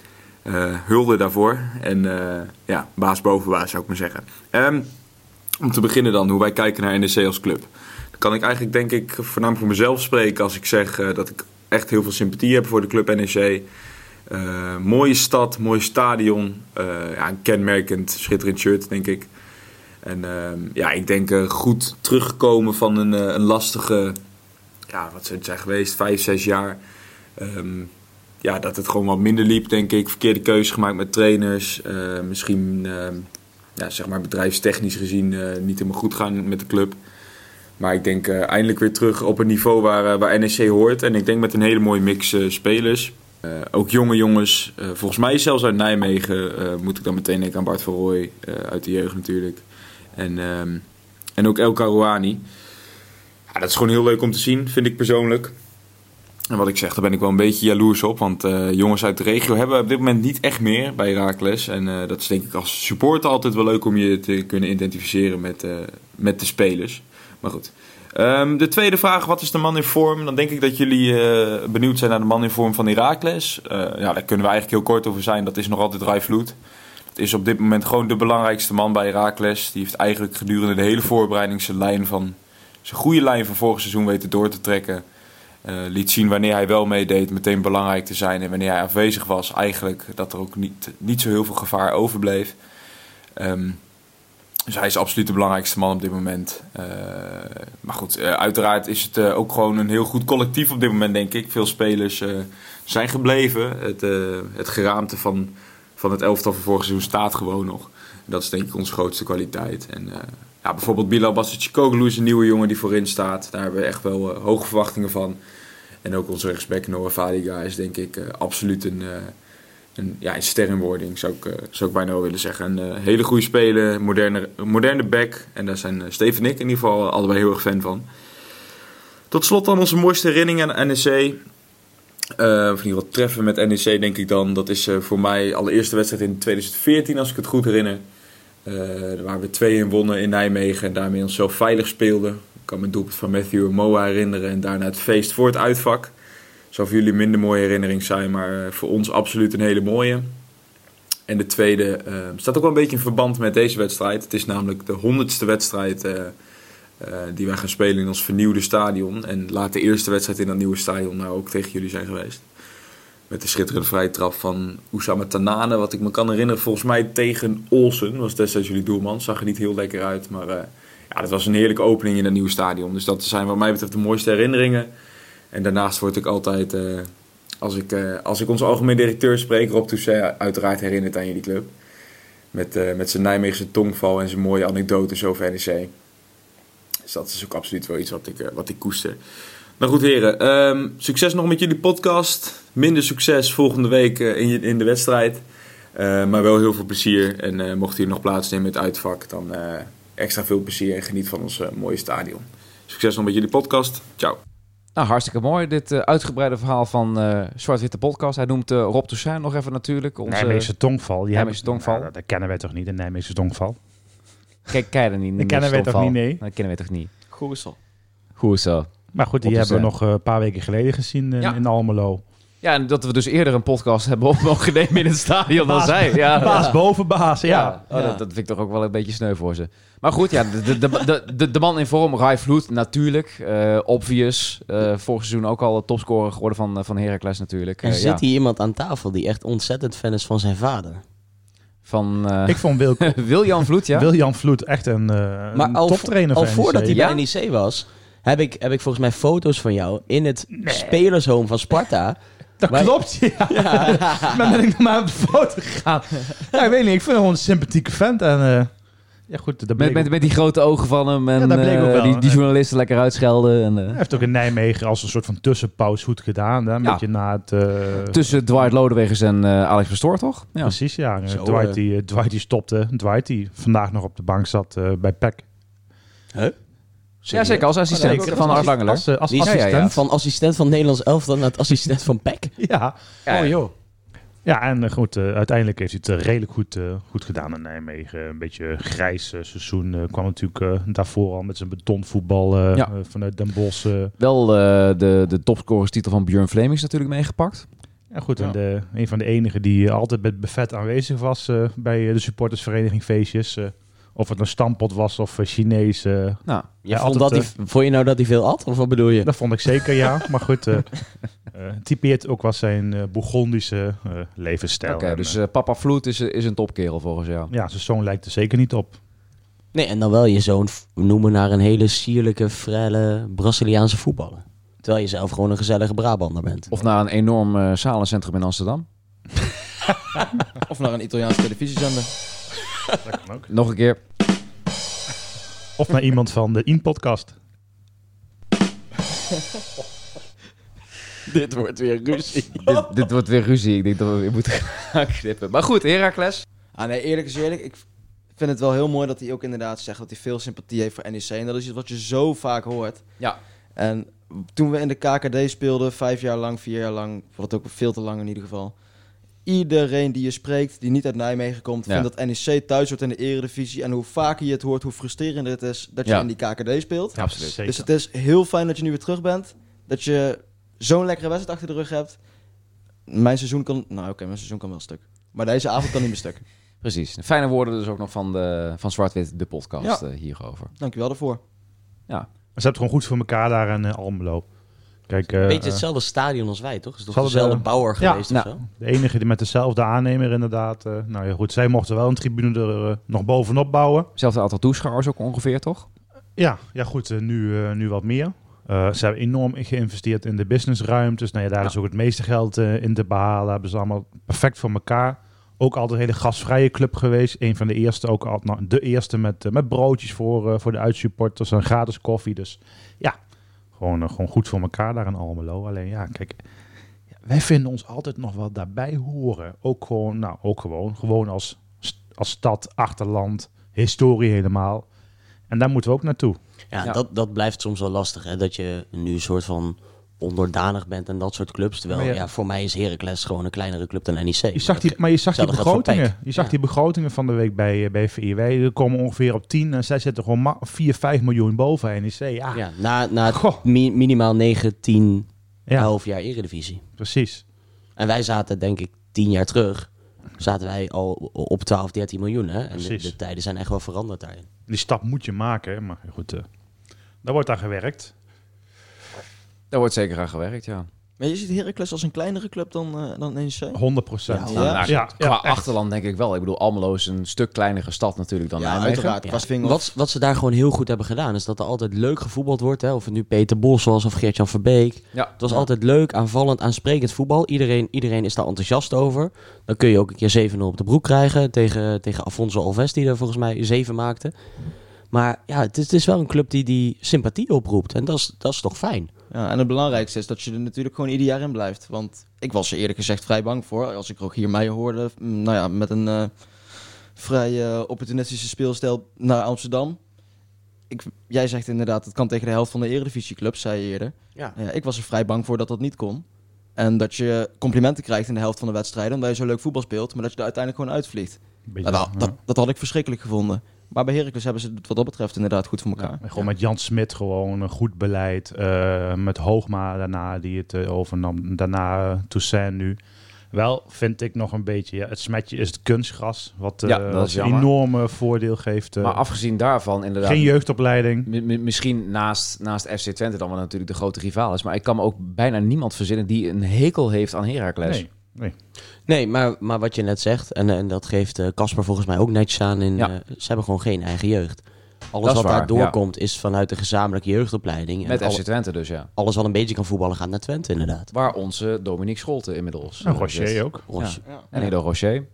Uh, hulde daarvoor. En uh, ja, baas boven baas zou ik maar zeggen. Um, om te beginnen dan, hoe wij kijken naar N E C als club. Dan kan ik eigenlijk denk ik voornamelijk voor mezelf spreken als ik zeg uh, dat ik echt heel veel sympathie heb voor de club N E C. Uh, mooie stad, mooi stadion. Uh, ja, een kenmerkend, schitterend shirt denk ik. En uh, ja, ik denk uh, goed teruggekomen van een, uh, een lastige, ja, wat zou het zijn geweest, vijf, zes jaar. Um, ja, dat het gewoon wat minder liep, denk ik. Verkeerde keuzes gemaakt met trainers. Uh, misschien, uh, ja, zeg maar bedrijfstechnisch gezien uh, niet helemaal goed gaan met de club. Maar ik denk uh, eindelijk weer terug op een niveau waar, uh, waar N E C hoort. En ik denk met een hele mooie mix uh, spelers. Uh, ook jonge jongens. Uh, volgens mij zelfs uit Nijmegen uh, moet ik dan meteen denken aan Bart van Rooij. Uh, uit de jeugd natuurlijk. En, um, en ook El Karouani. Ja, dat is gewoon heel leuk om te zien, vind ik persoonlijk. En wat ik zeg, daar ben ik wel een beetje jaloers op. Want uh, jongens uit de regio hebben we op dit moment niet echt meer bij Heracles. En uh, dat is denk ik als supporter altijd wel leuk om je te kunnen identificeren met, uh, met de spelers. Maar goed. Um, de tweede vraag, wat is de man in vorm? Dan denk ik dat jullie uh, benieuwd zijn naar de man in vorm van Heracles. Uh, ja, daar kunnen we eigenlijk heel kort over zijn. Dat is nog altijd Rai Vloed. Dat is op dit moment gewoon de belangrijkste man bij Heracles. Die heeft eigenlijk gedurende de hele voorbereiding zijn lijn van, zijn goede lijn van vorig seizoen weten door te trekken. Uh, liet zien wanneer hij wel meedeed, meteen belangrijk te zijn. En wanneer hij afwezig was, eigenlijk dat er ook niet, niet zo heel veel gevaar overbleef. Um, Dus hij is absoluut de belangrijkste man op dit moment. Uh, maar goed, uh, uiteraard is het uh, ook gewoon een heel goed collectief op dit moment, denk ik. Veel spelers uh, zijn gebleven. Het, uh, het geraamte van, van het elftal van vorig seizoen staat gewoon nog. Dat is denk ik onze grootste kwaliteit. En, uh, ja, bijvoorbeeld Bilal Basicoglu is een nieuwe jongen die voorin staat. Daar hebben we echt wel uh, hoge verwachtingen van. En ook onze rechtsback Noah Fadiga is denk ik uh, absoluut een... Uh, Een, ja, een ster in wording, zou ik, uh, zou ik bijna wel willen zeggen. Een uh, hele goede speler, moderne, moderne back. En daar zijn uh, Steve en ik in ieder geval allebei heel erg fan van. Tot slot dan onze mooiste herinnering aan N E C. Uh, of in ieder geval treffen met N E C, denk ik dan. Dat is uh, voor mij allereerste wedstrijd in twintig veertien, als ik het goed herinner. Uh, waar we twee in wonnen in Nijmegen en daarmee onszelf veilig speelden. Ik kan me het doelpunt van Matthew Moa herinneren. En daarna het feest voor het uitvak. Zou voor jullie een minder mooie herinnering zijn, maar voor ons absoluut een hele mooie. En de tweede uh, staat ook wel een beetje in verband met deze wedstrijd. Het is namelijk de honderdste wedstrijd uh, uh, die wij gaan spelen in ons vernieuwde stadion. En laat de eerste wedstrijd in dat nieuwe stadion nou ook tegen jullie zijn geweest. Met de schitterende vrije trap van Oussama Tanane. Wat ik me kan herinneren, volgens mij tegen Olsen. Was destijds jullie doelman. Zag er niet heel lekker uit, maar uh, ja, dat was een heerlijke opening in dat nieuwe stadion. Dus dat zijn wat mij betreft de mooiste herinneringen. En daarnaast word ik altijd, uh, als, ik, uh, als ik onze algemeen directeur spreek, Rob Toussaint, uiteraard herinnerd aan jullie club. Met, uh, met zijn Nijmeegse tongval en zijn mooie anekdotes over N E C. Dus dat is ook absoluut wel iets wat ik, uh, wat ik koester. Maar goed heren, um, succes nog met jullie podcast. Minder succes volgende week uh, in, in de wedstrijd. Uh, maar wel heel veel plezier. En uh, mocht hier nog plaatsnemen met het uitvak, dan uh, extra veel plezier en geniet van ons uh, mooie stadion. Succes nog met jullie podcast. Ciao. Nou, hartstikke mooi. Dit uh, uitgebreide verhaal van uh, Zwart-Witte Podcast. Hij noemt uh, Rob Toussaint nog even natuurlijk. Onze Nijmeegse tongval. Die Nijmeegse tongval. Nou, dat kennen wij toch niet, de Nijmeegse tongval? Kijk, ken je dat niet? Dat kennen wij toch niet, nee? Dat kennen wij toch niet? Goed zo. Goed zo. Maar goed, die Rob hebben we Toussaint. nog een paar weken geleden gezien in, Ja. in Almelo. Ja, en dat we dus eerder een podcast hebben op mogen nemen in het stadion dan Baas- zij. Ja. Baas boven baas, ja. Ja, oh, Ja. Dat, dat vind ik toch ook wel een beetje sneu voor ze. Maar goed, ja, de, de, de, de, de man in vorm, Rai Vloed, natuurlijk. Uh, obvious. Uh, vorig seizoen ook al topscorer geworden van, uh, van Heracles natuurlijk. Er Uh, zit ja. hier iemand aan tafel die echt ontzettend fan is van zijn vader. Van uh, Ik vond Wil, Wiljan Vloed, ja. Wiljan Vloed echt een, uh, Maar een al, toptrainer al van voordat N E C. hij Ja? bij N E C was, heb ik, heb ik volgens mij foto's van jou in het spelershome van Sparta. Dat Wij- klopt, ja. Maar ben ik nog maar op de foto gegaan. Ja, ik weet niet, ik vind hem gewoon een sympathieke vent. En uh, ja goed, dat Met, bleek met, ook- met die grote ogen van hem en Ja, dat bleek ook uh, wel. die, die journalisten lekker uitschelden. En, uh, Hij heeft ook in Nijmegen als een soort van tussenpauze goed gedaan. Hè? Een Ja. beetje na het... uh, tussen Dwight Lodewegers en uh, Alex Pastoor, toch? Ja. Precies, ja. Uh, Zo, Dwight, eh. die, uh, Dwight die stopte. Dwight die vandaag nog op de bank zat uh, bij P E C. Huh? Ja, zeker. Als assistent Zeker. van Art Langeler. Als, uh, als Die is- assistent. ja, ja. Van assistent van Nederlands elftal naar het assistent van P E C. Ja. Ja, Oh joh. Ja, en uh, goed, uh, uiteindelijk heeft hij het uh, redelijk goed, uh, goed gedaan in Nijmegen. Een beetje grijs uh, seizoen. Uh, kwam natuurlijk uh, daarvoor al met zijn betonvoetbal uh, Ja. uh, vanuit Den Bosch. Uh. Wel uh, de, de topscorerstitel van Björn Flemings natuurlijk meegepakt. Ja, goed. Ja. En de, een van de enigen die uh, altijd met buffet aanwezig was uh, bij uh, de supportersvereniging feestjes. Uh, of het een stampot was of uh, Chinees. Uh, Nou, Je Ja, vond, altijd, dat hij, vond je nou dat hij veel at? Of wat bedoel je? dat vond ik zeker, ja. Maar goed, uh, uh, typeert ook wel zijn uh, Bourgondische uh, levensstijl. oké. En, dus uh, uh, papa Vloed is, is een topkerel volgens jou. ja, zijn zoon lijkt er zeker niet op. Nee, en dan wel je zoon f- noemen naar een hele sierlijke, frelle Braziliaanse voetballer. Terwijl je zelf gewoon een gezellige Brabander bent. Of naar een enorm uh, zalencentrum in Amsterdam. Of naar een Italiaanse televisiezender. Dat kan ook. Nog een keer. Of naar iemand van de In-podcast. Dit wordt weer ruzie. dit, dit wordt weer ruzie. Ik denk dat we weer moeten gaan knippen. Maar goed, Heracles. Ah nee, eerlijk is eerlijk. Ik vind het wel heel mooi dat hij ook inderdaad zegt dat hij veel sympathie heeft voor N E C. En dat is iets wat je zo vaak hoort. Ja. En toen we in de K K D speelden, vijf jaar lang, vier jaar lang, wat ook veel te lang in ieder geval. Iedereen die je spreekt, die niet uit Nijmegen komt, Ja. vindt dat N E C thuis hoort in de eredivisie. En hoe vaker je het hoort, hoe frustrerender het is dat je Ja. in die K K D speelt. Ja, absoluut. Zeker. Dus het is heel fijn dat je nu weer terug bent. Dat je zo'n lekkere wedstrijd achter de rug hebt. Mijn seizoen kan... Nou oké, mijn seizoen kan wel stuk. Maar deze avond kan niet meer stuk. Precies. Fijne woorden dus ook nog van, de, van Zwart-Wit, de podcast Ja. uh, hierover. Dankjewel daarvoor. Maar ze hebben het gewoon goed voor elkaar daar in uh, Almelo. Kijk, uh, Een beetje hetzelfde stadion als wij, toch? Is toch Zal het dezelfde wel- bouwer Ja, geweest of nou, zo? de enige die met dezelfde aannemer inderdaad. Uh, nou ja, goed, zij mochten wel een tribune er uh, nog bovenop bouwen. Hetzelfde aantal toeschouwers ook ongeveer, toch? Ja, ja goed, uh, nu, uh, nu wat meer. Uh, ze hebben enorm geïnvesteerd in de businessruimtes. Nou ja, daar Ja. is ook het meeste geld uh, in te behalen. Hebben ze allemaal perfect voor elkaar. Ook altijd een hele gastvrije club geweest. Een van de eerste, ook al, nou, de eerste met, uh, met broodjes voor, uh, voor de uitsupporters en gratis koffie. Dus ja, gewoon, uh, gewoon goed voor elkaar daar in Almelo. Alleen ja, kijk, ja, wij vinden ons altijd nog wel daarbij horen. Ook gewoon, nou, ook gewoon, gewoon als, als stad, achterland, historie helemaal. En daar moeten we ook naartoe. Ja, Ja. Dat, dat blijft soms wel lastig. Hè? Dat je nu een soort van onderdanig bent en dat soort clubs. Terwijl, Maar ja, ja- voor mij is Heracles gewoon een kleinere club dan N E C. Je zag die, maar je zag die Hetzelfde geldt voor begrotingen. Peck. Je zag Ja. die begrotingen van de week bij, bij V I W. Die komen ongeveer op tien. En zij zitten gewoon ma- vier, vijf miljoen boven N E C. Ja, Ja, na, na het Goh. mi- minimaal negen, tien, ja, elf jaar Eredivisie. precies. En wij zaten, denk ik, tien jaar terug. Zaten wij al op twaalf, dertien miljoen. Hè? En de, Precies. de tijden zijn echt wel veranderd daarin. Die stap moet je maken. Maar goed, uh, daar wordt aan gewerkt. Daar wordt zeker aan gewerkt, ja. Maar je ziet Heracles als een kleinere club dan, uh, dan N E C? honderd procent. Ja, Ja. Nou, ja, qua ja, echt. achterland denk ik wel. Ik bedoel, Almelo is een stuk kleinere stad natuurlijk dan Ja, Nijmegen. uiteraard. Ja. Qua Svinghof. Wat, wat ze daar gewoon heel goed hebben gedaan, is dat er altijd leuk gevoetbald wordt. Hè? Of het nu Peter Bos was of Geert-Jan Verbeek. Ja. Het was altijd leuk, aanvallend, aansprekend voetbal. Iedereen, iedereen is daar enthousiast over. Dan kun je ook een keer zeven nul op de broek krijgen tegen, tegen Afonso Alves, die er volgens mij zeven maakte. Maar ja, het is, het is wel een club die, die sympathie oproept. En dat is, dat is toch fijn. Ja, en het belangrijkste is dat je er natuurlijk gewoon ieder jaar in blijft. Want ik was er eerlijk gezegd vrij bang voor. Als ik ook hier mij hoorde, mm, nou ja, met een uh, vrij uh, opportunistische speelstijl naar Amsterdam. Ik, jij zegt inderdaad, het kan tegen de helft van de Eredivisieclubs, zei je eerder. Ja. Ja, ik was er vrij bang voor dat dat niet kon. En dat je complimenten krijgt in de helft van de wedstrijden, omdat je zo leuk voetbal speelt, maar dat je er uiteindelijk gewoon uitvliegt. Beetje, Nou, dat, ja. dat, dat had ik verschrikkelijk gevonden. Maar bij Heracles hebben ze het wat dat betreft inderdaad goed voor elkaar. Ja, en gewoon met Jan Smit gewoon een goed beleid. Uh, met Hoogma daarna die het uh, overnam. Daarna uh, Toussaint nu. Wel vind ik nog een beetje, ja, het smetje is het kunstgras. Wat, uh, Ja, dat wat is een jammer. enorme voordeel geeft. Uh, Maar afgezien daarvan inderdaad... geen jeugdopleiding. Mi- mi- misschien naast, naast F C Twente dan wel natuurlijk de grote rivaal is. Maar ik kan me ook bijna niemand verzinnen die een hekel heeft aan Heracles. Nee, nee. Nee, maar, maar wat je net zegt, en, en dat geeft Casper uh, volgens mij ook netjes aan. In, Ja. uh, ze hebben gewoon geen eigen jeugd. Alles Dat is wat daar waar, doorkomt is vanuit de gezamenlijke jeugdopleiding. En Met F C alle- Twente dus, ja. alles wat een beetje kan voetballen gaat naar Twente inderdaad. Waar onze Dominique Scholten inmiddels En eh, Rocher zit. ook. Ros- Ja. En Edo Rocher.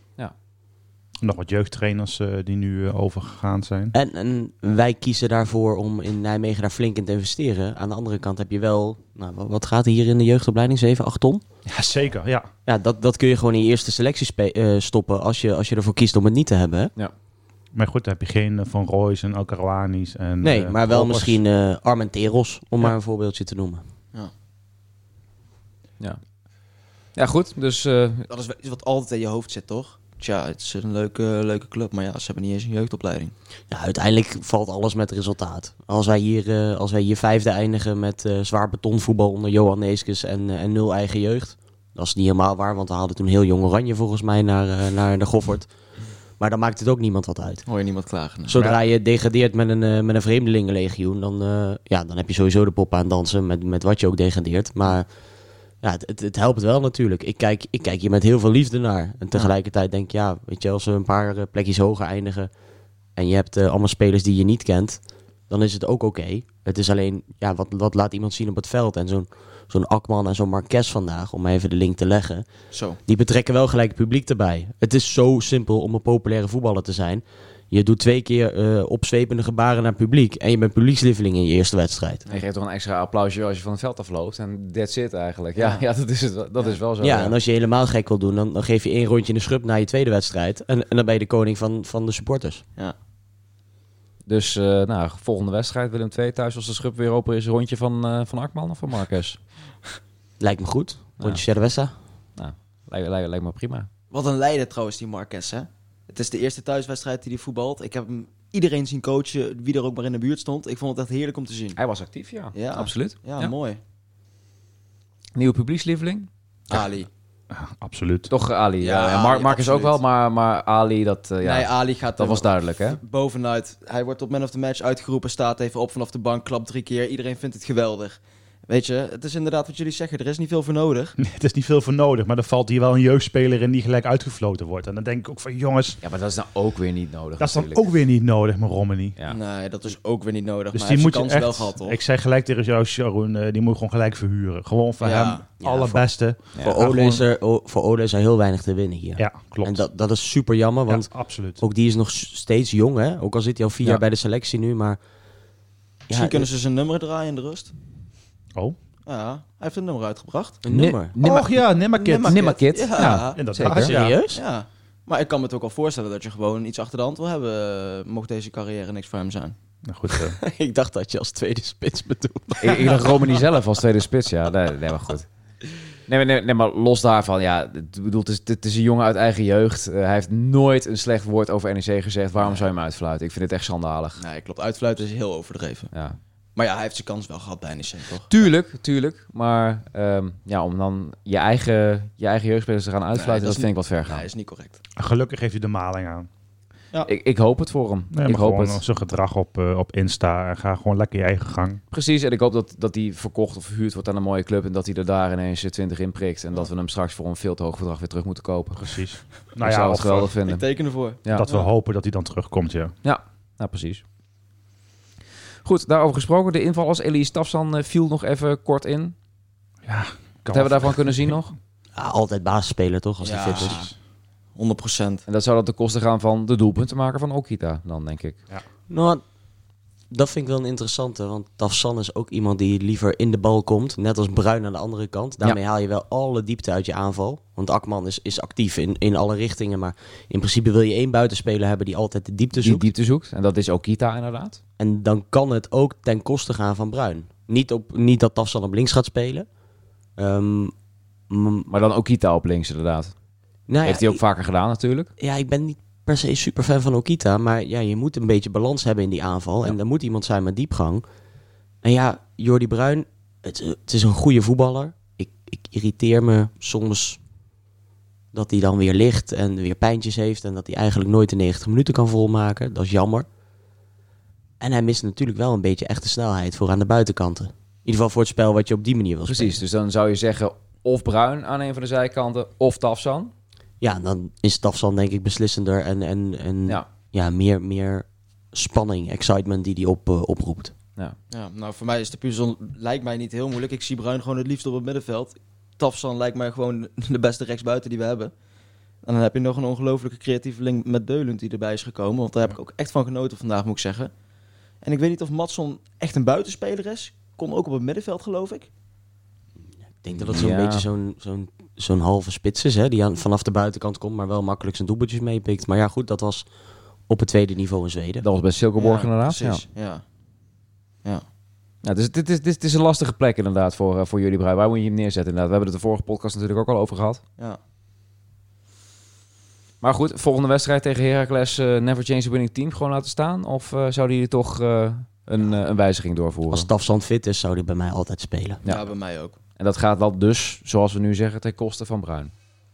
Nog wat jeugdtrainers uh, die nu uh, overgegaan zijn. En, en wij kiezen daarvoor om in Nijmegen daar flink in te investeren. Aan de andere kant heb je wel, nou, wat- wat gaat er hier in de jeugdopleiding? zeven, acht ton? Ja, zeker. Ja. Ja, dat, dat kun je gewoon in je eerste selectie spe- uh, stoppen als je, als je ervoor kiest om het niet te hebben. Hè? Maar goed, dan heb je geen uh, Van Roy's en Alcaruanis. En, Nee, uh, maar wel Robbers. misschien uh, Armenteros, om Ja. maar een voorbeeldje te noemen. Ja. Ja, goed. Dus eh, Dat is wel iets wat altijd in je hoofd zit, toch? Tja, het is een leuke, leuke club, maar ja, ze hebben niet eens een jeugdopleiding. Ja, uiteindelijk valt alles met resultaat. Als wij hier, uh, als wij hier vijfde eindigen met uh, zwaar betonvoetbal onder Johan Neeskens en, uh, en nul eigen jeugd. Dat is niet helemaal waar, want we hadden toen heel jong Oranje volgens mij naar, uh, naar de Goffert. Maar dan maakt het ook niemand wat uit. Hoor je niemand klagen. Zodra je degradeert met een, uh, met een vreemdelingenlegioen, dan, uh, ja, dan heb je sowieso de pop aan dansen met, met wat je ook degradeert. Maar ja, het, het, het helpt wel natuurlijk. Ik kijk, ik kijk hier met heel veel liefde naar. En tegelijkertijd denk ik, ja, weet je, als we een paar uh, plekjes hoger eindigen en je hebt uh, allemaal spelers die je niet kent, dan is het ook oké. Okay. Het is alleen, ja, wat, wat laat iemand zien op het veld? En zo'n zo'n Akman en zo'n Marquez vandaag, om even de link te leggen, Zo. die betrekken wel gelijk het publiek erbij. Het is zo simpel om een populaire voetballer te zijn. Je doet twee keer uh, opzwepende gebaren naar het publiek en je bent publiekslieveling in je eerste wedstrijd. je geeft toch een extra applausje als je van het veld afloopt. En that's it eigenlijk. Ja, ja dat, is het, wel- dat is wel zo. Ja, en als je helemaal gek wil doen, dan, dan geef je één rondje in de schub na je tweede wedstrijd. En, en dan ben je de koning van, van de supporters. Ja. Dus uh, nou, volgende wedstrijd, Willem twee thuis als de schub weer open is. Een rondje van, uh, van Akman of van Marquez? Lijkt me goed. Rondje Ja. Cerveza. Lijkt, lijkt, lijkt me prima. Wat een leider trouwens, die Marquez, hè? Het is de eerste thuiswedstrijd die hij voetbalt. Ik heb hem iedereen zien coachen, wie er ook maar in de buurt stond. Ik vond het echt heerlijk om te zien. Hij was actief, ja. Ja. Absoluut. Ja, Ja. mooi. Nieuwe publiekslieveling? Ali. Absoluut. Toch uh, Ali. Ja, Ja, en Mar Ali, Marcus ook wel, absoluut. maar, maar Ali, dat, uh, ja, Nee, Ali gaat dat er was duidelijk, hè? bovenuit. Hij wordt op man of the match uitgeroepen, staat even op vanaf de bank, klapt drie keer. Iedereen vindt het geweldig. weet je, het is inderdaad wat jullie zeggen. Er is niet veel voor nodig. Nee, het is niet veel voor nodig, maar er valt hier wel een jeugdspeler in die gelijk uitgefloten wordt. En dan denk ik ook van, jongens, Ja, maar dat is nou ook weer niet nodig. dat is dan natuurlijk. ook weer niet nodig met Romani. Ja. Nee, dat is ook weer niet nodig. Dus maar die hij moet heeft je zijn echt, kans wel gehad, toch? ik zei gelijk tegen jou, Sharon, uh, die moet je gewoon gelijk verhuren. Gewoon voor Ja. hem, Ja, allerbeste. Ja, voor, maar Ole is er, o- voor Ole is er heel weinig te winnen hier. Ja, klopt. En dat, dat is super jammer, want ja, absoluut. ook die is nog s- steeds jong, hè? Ook al zit hij al vier Ja. jaar bij de selectie nu, maar... Misschien Ja, kunnen ze zijn nummer draaien in de rust. Oh, Ja, hij heeft een nummer uitgebracht. Een nummer. Nimmer- Och ja, Nimmerkit. Nimmerkit. Ja, Ja, Inderdaad. zeker. Ja. Serieus? ja. Maar ik kan me het ook al voorstellen dat je gewoon iets achter de hand wil hebben. uh, mocht deze carrière niks voor hem zijn. Nou goed, uh, Ik dacht dat je als tweede spits bedoelde. Ik, ik dacht Romani zelf als tweede spits, ja. Nee, nee maar goed. Nee, maar- nee, nee, maar los daarvan, ja. Het, bedoel, het, is, het is een jongen uit eigen jeugd. Uh, hij heeft nooit een slecht woord over N E C gezegd. Waarom zou je hem uitfluiten? Ik vind het echt schandalig. Nee, klopt. Uitfluiten is heel overdreven. Ja. Maar ja, hij heeft zijn kans wel gehad bij N E C, toch? Tuurlijk, tuurlijk. Maar um, ja, om dan je eigen, je eigen jeugdspelers te gaan uitfluiten, Nee, dat, dat vind ik wat ver gaan. Nee, is niet correct. gelukkig heeft hij de maling aan. Ik, ik hoop het voor hem. Nee, ik maar hoop gewoon het. zijn gedrag op, uh, op Insta en ga gewoon lekker je eigen gang. Precies, en ik hoop dat, dat hij verkocht of verhuurd wordt aan een mooie club en dat hij er daar ineens twintig in prikt en dat we hem straks voor een veel te hoog bedrag weer terug moeten kopen. Precies. Ik Nou zou ja, het of, geweldig uh, vinden. Ik teken ervoor. Ja. dat we hopen dat hij dan terugkomt, ja. Ja, nou precies. Goed, daarover gesproken. De invallers Elie Stafsan uh, viel nog even kort in. Ja, Wat hebben we daarvan kunnen zien nog? Ja, altijd basisspeler, toch? Als Ja. hij fit is. honderd procent. En dat zou dan ten koste gaan van de doelpuntenmaker van Okita dan, denk ik. Nou, dat vind ik wel een interessante. Want Tafsan is ook iemand die liever in de bal komt. Net als Bruin aan de andere kant. Daarmee haal je wel alle diepte uit je aanval. Want Akman is, is actief in, in alle richtingen. Maar in principe wil je één buitenspeler hebben die altijd de diepte Die zoekt. diepte zoekt. En dat is Okita inderdaad. En dan kan het ook ten koste gaan van Bruin. Niet, op, niet dat Tafsan op links gaat spelen. Ehm, m- Maar dan Okita op links inderdaad. nou Heeft ja, hij ook vaker gedaan natuurlijk. Ja, ik ben niet per se super fan van Okita. Maar ja, je moet een beetje balans hebben in die aanval. Ja. En er moet iemand zijn met diepgang. En ja, Jordi Bruin, het, het is een goede voetballer. Ik, ik irriteer me soms dat hij dan weer ligt en weer pijntjes heeft. En dat hij eigenlijk nooit de negentig minuten kan volmaken. Dat is jammer. En hij mist natuurlijk wel een beetje echte snelheid voor aan de buitenkanten. In ieder geval voor het spel wat je op die manier wil Precies, dus dan zou je zeggen of Bruin aan een van de zijkanten of Tafsan. Ja, dan is Tafsan denk ik beslissender en, en, en ja. Ja, meer, meer spanning, excitement die hij op, uh, oproept. ja. Ja, nou, voor mij is de puzzel lijkt mij niet heel moeilijk. Ik zie Bruin gewoon het liefst op het middenveld. Tafsan lijkt mij gewoon de beste rechtsbuiten die we hebben. En dan heb je nog een ongelooflijke creatieveling met Deulund die erbij is gekomen. Want daar heb ik ook echt van genoten vandaag, moet ik zeggen. En ik weet niet of Madsson echt een buitenspeler is. Kon ook op het middenveld, geloof ik. Ik denk dat het zo'n Ja. beetje zo'n, zo'n, zo'n halve spits is, hè, die aan, vanaf de buitenkant komt, maar wel makkelijk zijn doelpuntjes meepikt. Maar ja, goed, dat was op het tweede niveau in Zweden. Dat was bij Silkeborg Ja, inderdaad. Ja. Precies, ja. Ja. Ja, dus dit is, dit, is, dit is een lastige plek inderdaad voor, uh, voor jullie Bruin. Waar moet je hem neerzetten inderdaad? We hebben het de vorige podcast natuurlijk ook al over gehad. ja. Maar goed, volgende wedstrijd tegen Heracles, uh, never change the winning team gewoon laten staan? Of uh, zouden jullie toch uh, een, uh, een wijziging doorvoeren? Als Tafsan fit is, zou hij bij mij altijd spelen. Ja. Ja, bij mij ook. En dat gaat dan dus, zoals we nu zeggen, ten koste van Bruin.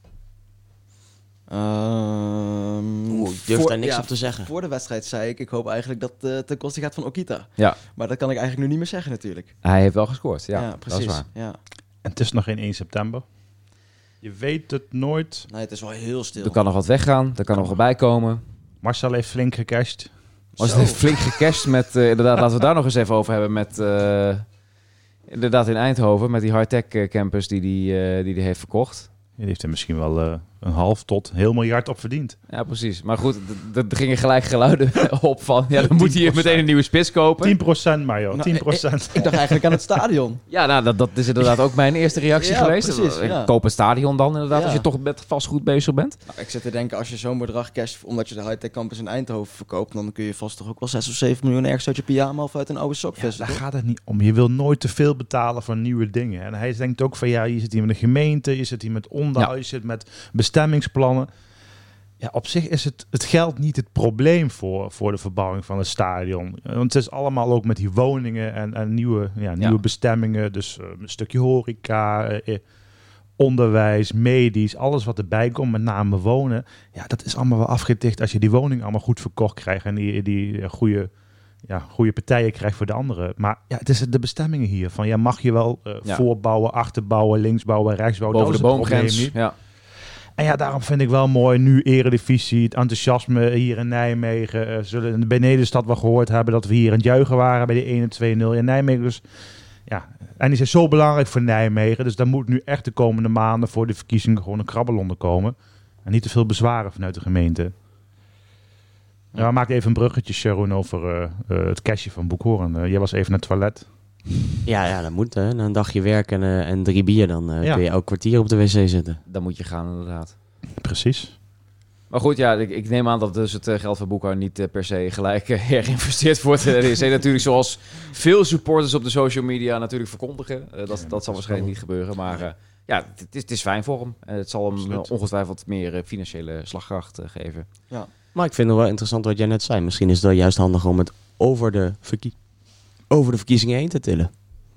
Ehm, Oeh, ik durf voor- daar niks ja, op te zeggen. Voor de wedstrijd zei ik, ik hoop eigenlijk dat het uh, ten koste gaat van Okita. Ja. Maar dat kan ik eigenlijk nu niet meer zeggen natuurlijk. Hij heeft wel gescoord, ja, Ja, dat precies. is waar. Ja. En het is nog geen één september. Je weet het nooit. Nee, het is wel heel stil. Er kan nog wat weggaan, er kan nog wat bij komen. Marcel heeft flink gecashed. Was het flink gecashed met, uh, inderdaad, laten we het daar nog eens even over hebben met, uh, inderdaad in Eindhoven, met die high-tech uh, campus die die, uh, die die heeft verkocht. Die heeft er misschien wel uh, een half tot heel miljard op verdiend. Ja, precies. Maar goed, d- d- er gingen gelijk geluiden op van, ja, dan moet hij hier meteen een nieuwe spits kopen. tien procent maar joh, Nou, tien procent. Ik dacht eigenlijk aan het stadion. Ja, nou, dat, dat is inderdaad ook mijn eerste reactie Ja, geweest. precies, Ik ja. Koop een stadion dan inderdaad, Ja. als je toch met vastgoed bezig bent. Nou, ik zit te denken, als je zo'n bedrag cash, omdat je de high-tech campus in Eindhoven verkoopt, dan kun je vast toch ook wel zes of zeven miljoen ergens uit je pyjama of uit een oude sok Ja, vissen, daar toch? gaat het niet om. Je wil nooit te veel betalen voor nieuwe dingen. En hij denkt ook van ja, je zit hier met een gemeente, je zit hier met onderhoud, Ja. je zit met bestemmingsplannen. Ja, op zich is het, het geld niet het probleem voor, voor de verbouwing van het stadion. Want het is allemaal ook met die woningen en, en nieuwe, ja, nieuwe Ja. bestemmingen. Dus uh, een stukje horeca, eh, onderwijs, medisch, alles wat erbij komt, met name wonen. Ja, dat is allemaal wel afgeticht als je die woning allemaal goed verkocht krijgt en die, die uh, goede ja, goede partijen krijgt voor de anderen. Maar ja, het is de bestemmingen hier. Van, ja, mag je wel uh, Ja. voorbouwen, achterbouwen, linksbouwen, rechtsbouwen. Boven de Dat is het probleem boomgrens. niet. Ja. En ja, daarom vind ik wel mooi nu Eredivisie, het enthousiasme hier in Nijmegen. Uh, zullen in de benedenstad wel gehoord hebben dat we hier aan het juichen waren bij de één en twee nul in Nijmegen. Dus ja, en die is zo belangrijk voor Nijmegen. Dus daar moet nu echt de komende maanden voor de verkiezingen gewoon een krabbel onder komen. En niet te veel bezwaren vanuit de gemeente. Ja, we maakten even een bruggetje, Sharon, over uh, uh, het cashje van Boekhoorn. Uh, jij was even naar het toilet. Ja, ja, dat moet. Hè. Na een dagje werk en, uh, en drie bier, dan uh, Ja. kun je elk kwartier op de wc zitten. Dan moet je gaan inderdaad. Precies. Maar goed, ja, ik, ik neem aan dat dus het eh, geld van Boekhoorn niet uh, per se gelijk uh, hergeïnvesteerd wordt. Uh, er zijn natuurlijk zoals veel supporters op de social media natuurlijk verkondigen. Uh, dat, dat zal waarschijnlijk niet gebeuren. Maar uh, ja, het, het, is, het is fijn voor hem. Uh, het zal hem uh, Absoluut. ongetwijfeld meer uh, financiële slagkracht uh, geven. Maar ik vind het wel interessant wat jij net zei. Misschien is het wel juist handig om het over de, verkie- over de verkiezingen heen te tillen.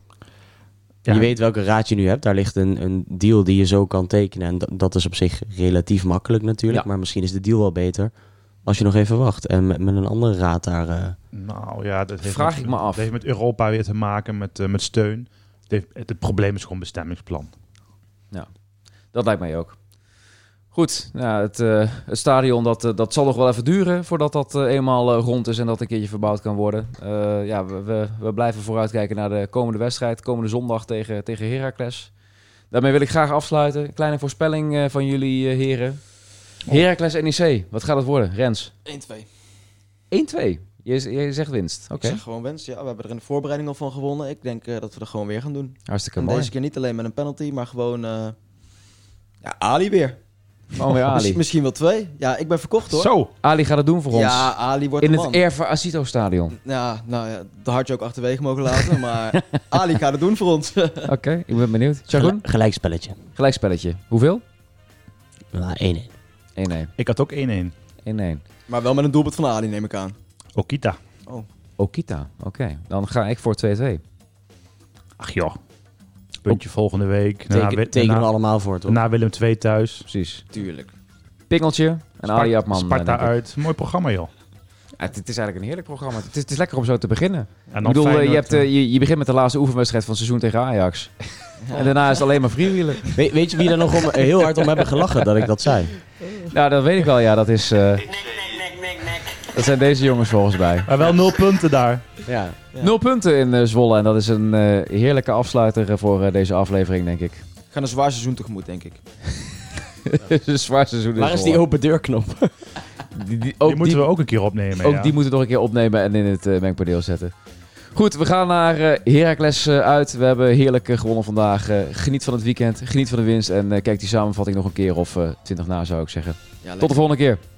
Ja. Je weet welke raad je nu hebt. Daar ligt een, een deal die je zo kan tekenen. En dat, dat is op zich relatief makkelijk natuurlijk. Ja. Maar misschien is de deal wel beter als je nog even wacht. En met, met een andere raad daar... Uh, Nou ja, dat heeft Vraag met, ik me af. Dat heeft met Europa weer te maken, met, uh, met steun. Het, heeft, het, het probleem is gewoon bestemmingsplan. Dat lijkt mij ook. Goed, nou, het, uh, het stadion dat, uh, dat zal nog wel even duren voordat dat uh, eenmaal uh, rond is en dat een keertje verbouwd kan worden. Uh, ja, we, we, we blijven vooruitkijken naar de komende wedstrijd, komende zondag tegen, tegen Heracles. Daarmee wil ik graag afsluiten. Een kleine voorspelling uh, van jullie uh, heren. Heracles N E C, wat gaat het worden? Rens? één twee. één twee. Je, je zegt winst. Oké, Ik zeg gewoon wens. Ja, we hebben er in de voorbereiding al van gewonnen. Ik denk uh, dat we er gewoon weer gaan doen. hartstikke En mooi. deze keer niet alleen met een penalty, maar gewoon... uh, ja, Ali weer. Gewoon weer Misschien, Ali. misschien wel twee. Ja, ik ben verkocht hoor. Zo! Ali gaat het doen voor ons. Ja, Ali wordt In de het man. Erva Acito stadion. Ja, nou ja, dat had je ook achterwege mogen laten. Maar Ali gaat het doen voor ons. Oké, ik ben benieuwd. Sharon? gel- gelijkspelletje. Gelijkspelletje. Hoeveel? Nou, één één. één één. Ik had ook één één. één één. maar wel met een doelpunt van Ali, neem ik aan. Okita. Okita, oké. Dan ga ik voor twee twee. Ach joh. Puntje volgende week. Daarna, Teken, Wi- tekenen we daarna, allemaal voor, toch? daarna Willem twee thuis. Precies. Tuurlijk. Pingeltje en Sparta- Ali Apman. Sparta eh, denk ik. uit. Mooi programma joh. Ja, het, het is eigenlijk een heerlijk programma. Het is, het is lekker om zo te beginnen. En Ik dan bedoel, eh, je, Feyenoord, hebt, eh, je, je begint met de laatste oefenwedstrijd van het seizoen tegen Ajax. En daarna is het alleen maar freewheelen. We- weet je wie er nog om, heel hard om hebben gelachen dat ik dat zei? Nou, dat weet ik wel. Ja, dat, is, eh, Nek, nek, nek, nek, nek. dat zijn deze jongens volgens mij. maar wel nul punten daar. Ja. Ja. Nul punten in eh, Zwolle. En dat is een eh, heerlijke afsluiter eh, voor eh, deze aflevering, denk ik. We gaan een zwaar seizoen tegemoet, denk ik. Het is een zwaar seizoen in Waar is die Zwolle. open deurknop? Die, die, Die ook moeten die, we ook een keer opnemen. ook ja. die moeten we nog een keer opnemen en in het uh, mengpaneel zetten. Goed, we gaan naar uh, Heracles uh, uit. We hebben heerlijk uh, gewonnen vandaag. Uh, geniet van het weekend, geniet van de winst. En uh, kijk die samenvatting nog een keer of uh, twintig na, zou ik zeggen. Ja, Tot de volgende keer.